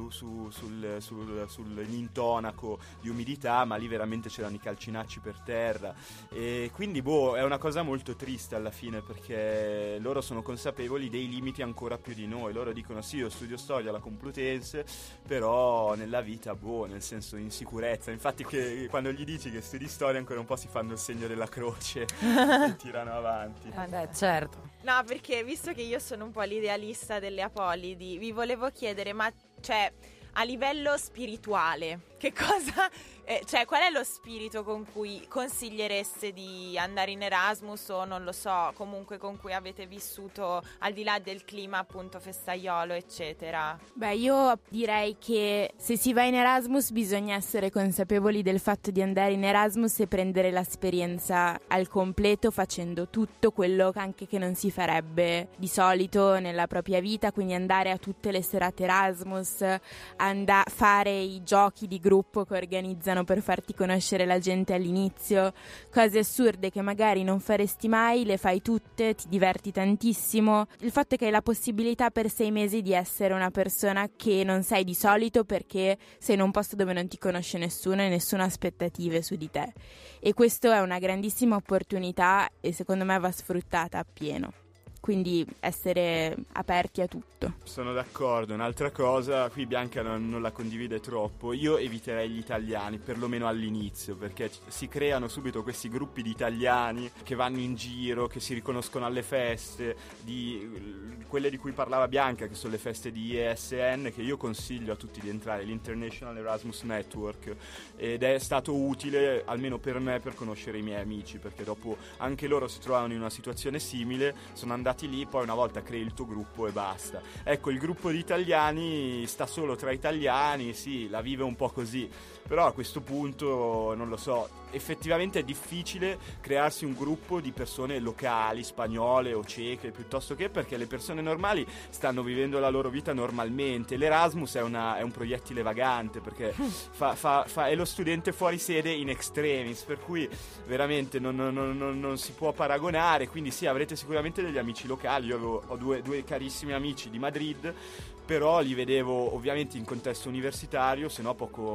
sull'intonaco di umidità, ma lì veramente c'erano i calcinacci per terra, e quindi è una cosa molto triste alla fine, perché loro sono consapevoli dei limiti ancora più di noi. Loro dicono sì, io studio storia alla Complutense, però nella vita nel senso in sicurezza. Infatti che quando gli dici che studi storia ancora un po' si fanno il segno della croce e tirano avanti. Certo. No, perché visto che io sono un po' l'idealista delle Apolidi, vi volevo chiedere, ma cioè a livello spirituale, che cosa, cioè qual è lo spirito con cui consigliereste di andare in Erasmus, o non lo so, comunque con cui avete vissuto al di là del clima appunto festaiolo eccetera? Beh, io direi che se si va in Erasmus bisogna essere consapevoli del fatto di andare in Erasmus e prendere l'esperienza al completo, facendo tutto quello anche che non si farebbe di solito nella propria vita, quindi andare a tutte le serate Erasmus, fare i giochi di gruppo che organizzano per farti conoscere la gente all'inizio, cose assurde che magari non faresti mai, le fai tutte, ti diverti tantissimo. Il fatto è che hai la possibilità per 6 mesi di essere una persona che non sei di solito, perché sei in un posto dove non ti conosce nessuno e nessuno ha aspettative su di te, e questo è una grandissima opportunità e secondo me va sfruttata appieno. Quindi essere aperti a tutto. Sono d'accordo. Un'altra cosa, qui Bianca non la condivide troppo, io eviterei gli italiani, perlomeno all'inizio, perché si creano subito questi gruppi di italiani che vanno in giro, che si riconoscono alle feste, quelle di cui parlava Bianca, che sono le feste di IESN, che io consiglio a tutti di entrare, l'International Erasmus Network, ed è stato utile, almeno per me, per conoscere i miei amici, perché dopo anche loro si trovavano in una situazione simile, sono andato stati lì, poi una volta crei il tuo gruppo e basta. Ecco, il gruppo di italiani sta solo tra italiani, sì, la vive un po' così, però a questo punto, non lo so, effettivamente è difficile crearsi un gruppo di persone locali, spagnole o ceche, piuttosto che, perché le persone normali stanno vivendo la loro vita normalmente. L'Erasmus è un proiettile vagante, perché è lo studente fuori sede in extremis, per cui veramente non si può paragonare. Quindi sì, avrete sicuramente degli amici locali. Io ho due carissimi amici di Madrid, però li vedevo ovviamente in contesto universitario, se no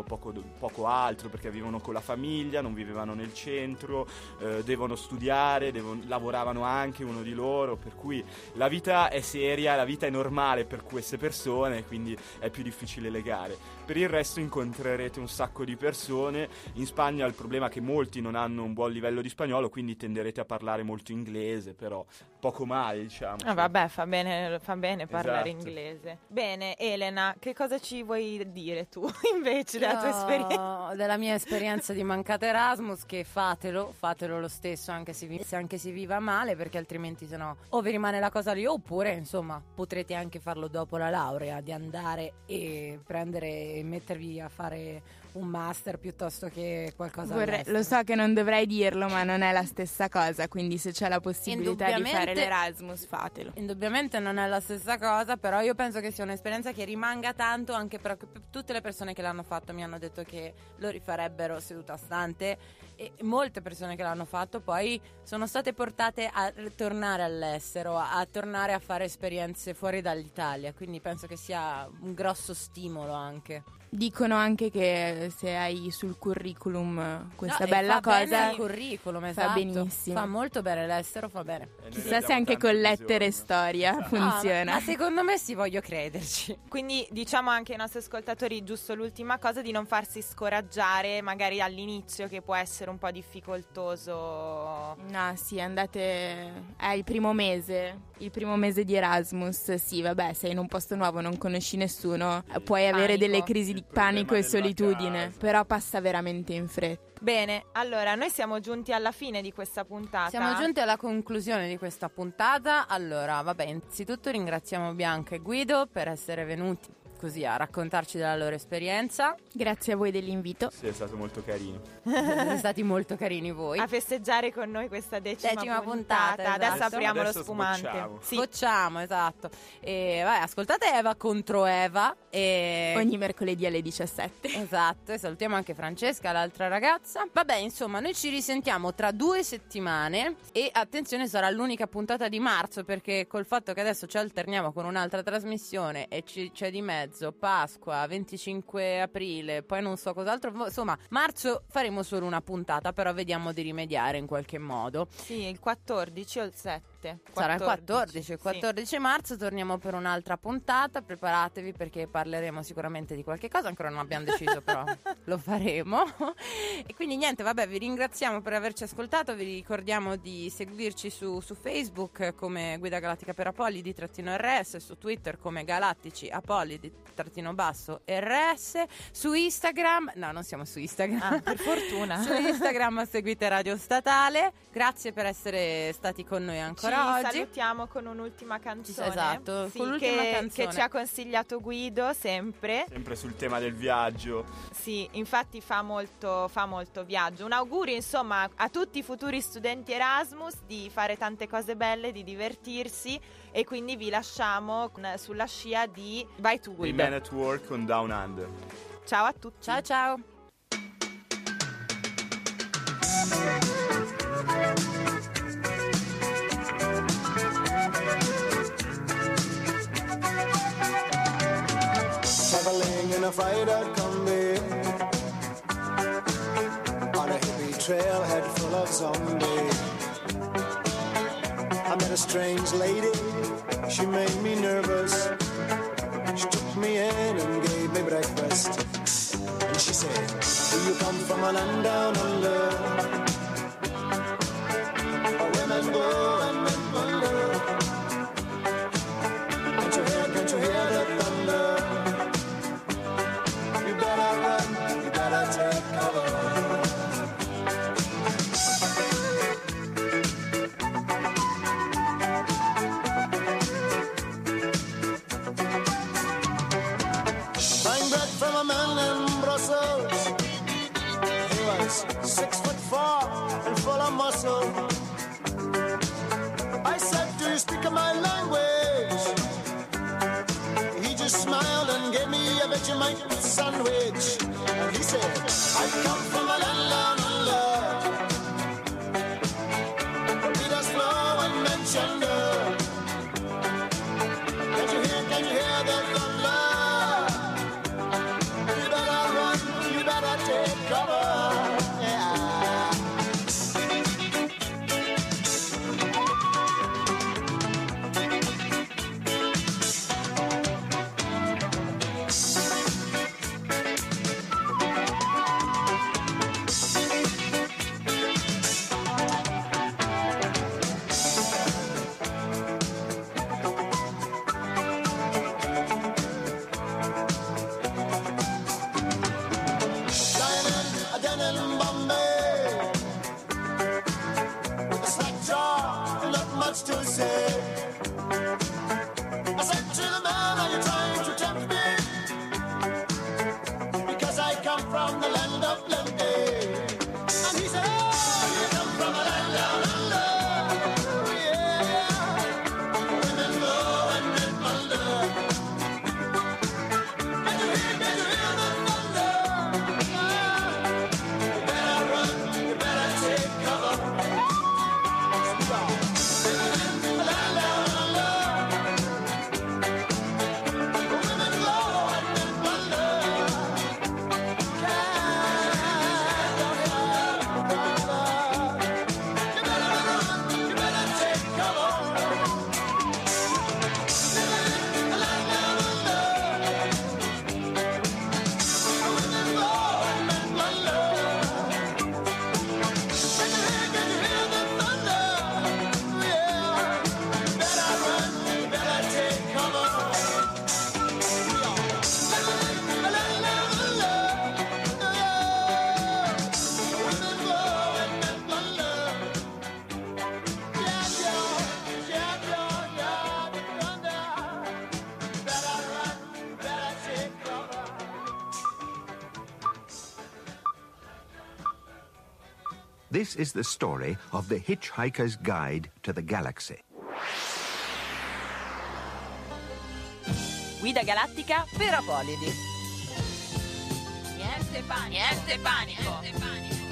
poco altro, perché vivono con la famiglia, non vivevano nel centro, devono studiare, lavoravano anche uno di loro, per cui la vita è seria, la vita è normale per queste persone, quindi è più difficile legare. Per il resto incontrerete un sacco di persone. In Spagna il problema è che molti non hanno un buon livello di spagnolo, quindi tenderete a parlare molto inglese, però poco male, diciamo. Vabbè, fa bene parlare Esatto. inglese. Bene, Elena, che cosa ci vuoi dire tu invece della tua esperienza? Della mia esperienza di mancata Erasmus, che fatelo lo stesso, anche se si viva male, perché altrimenti sennò o vi rimane la cosa lì, oppure insomma potrete anche farlo dopo la laurea, di andare e prendere e mettervi a fare un master piuttosto che qualcosa all'estero. Lo so che non dovrei dirlo, ma non è la stessa cosa, quindi se c'è la possibilità di fare l'Erasmus, fatelo. Indubbiamente non è la stessa cosa, però io penso che sia un'esperienza che rimanga tanto, anche per tutte le persone che l'hanno fatto mi hanno detto che lo rifarebbero seduta stante, e molte persone che l'hanno fatto poi sono state portate a tornare all'estero, a tornare a fare esperienze fuori dall'Italia, quindi penso che sia un grosso stimolo anche. Dicono anche che se hai sul curriculum questa No, bella fa bene cosa, il curriculum, fa esatto. benissimo. Fa molto bene, l'estero fa bene. Chissà se anche con lettere e storia funziona. Ma secondo me sì, voglio crederci. Quindi diciamo anche ai nostri ascoltatori, giusto l'ultima cosa, di non farsi scoraggiare magari all'inizio, che può essere un po' difficoltoso. No, sì, andate. È il primo mese di Erasmus. Sì, vabbè, sei in un posto nuovo, non conosci nessuno, puoi avere delle crisi di panico e solitudine, però passa veramente in fretta. Bene, allora noi siamo giunti alla fine di questa puntata. Siamo giunti alla conclusione di questa puntata. Allora, vabbè, innanzitutto ringraziamo Bianca e Guido per essere venuti così a raccontarci della loro esperienza. Grazie a voi dell'invito. Sì, è stato molto carino. Siete stati molto carini voi. A festeggiare con noi questa decima puntata. esatto. Adesso apriamo Adesso lo spumante. sbocciamo. Sì. Scocciamo, esatto. E vai, ascoltate Eva contro Eva. E Ogni mercoledì alle 17. esatto, e salutiamo anche Francesca, l'altra ragazza. Vabbè, insomma, noi ci risentiamo tra 2 settimane e attenzione, sarà l'unica puntata di marzo, perché col fatto che adesso ci alterniamo con un'altra trasmissione e c'è di mezzo Pasqua, 25 aprile, poi non so cos'altro, insomma, marzo faremo solo una puntata, però vediamo di rimediare in qualche modo. Sì, il 14 o il 7? Sarà il 14 Sì. marzo, torniamo per un'altra puntata, preparatevi perché parleremo sicuramente di qualche cosa, ancora non abbiamo deciso però lo faremo. E quindi niente, vabbè, vi ringraziamo per averci ascoltato, vi ricordiamo di seguirci su Facebook come Guida Galattica per Apollidi _RS, su Twitter come Galattici Apollidi _RS, su Instagram, no, non siamo su Instagram, Per fortuna. su Instagram seguite Radio Statale. Grazie per essere stati con noi ancora Ci oggi. salutiamo con un'ultima canzone. Esatto, Sì, con l'ultima canzone. che ci ha consigliato Guido sempre. Sempre sul tema del viaggio. Sì, infatti fa molto viaggio. Un augurio insomma a tutti i futuri studenti Erasmus di fare tante cose belle, di divertirsi, e quindi vi lasciamo sulla scia di Vai tu Dei Guido. Man at Work con Down Under. Ciao a tutti. Ciao ciao. Traveling in a freighter combi on a hippie trailhead full of zombies. I met a strange lady, she made me nervous. She took me in and gave me breakfast. And she said, do you come from a land down under? Where women go and men wonder. Can't you hear the thunder? You better run, you better take cover. far and full of muscle. I said, do you speak my language? He just smiled and gave me a Vegemite sandwich. And he said, I come from a land down under. Rivers flow and men thunder. Can you hear the thunder? You better run, you better take cover. To say, I said to the man, are you trying to tempt me? Because I come from the land of plenty. And he said, oh, you come from a land down under. Yeah, women go and men wonder. Can you hear the thunder? You better run, you better take cover. This is the story of The Hitchhiker's Guide to the Galaxy. Guida galattica per apolidi. Niente panico.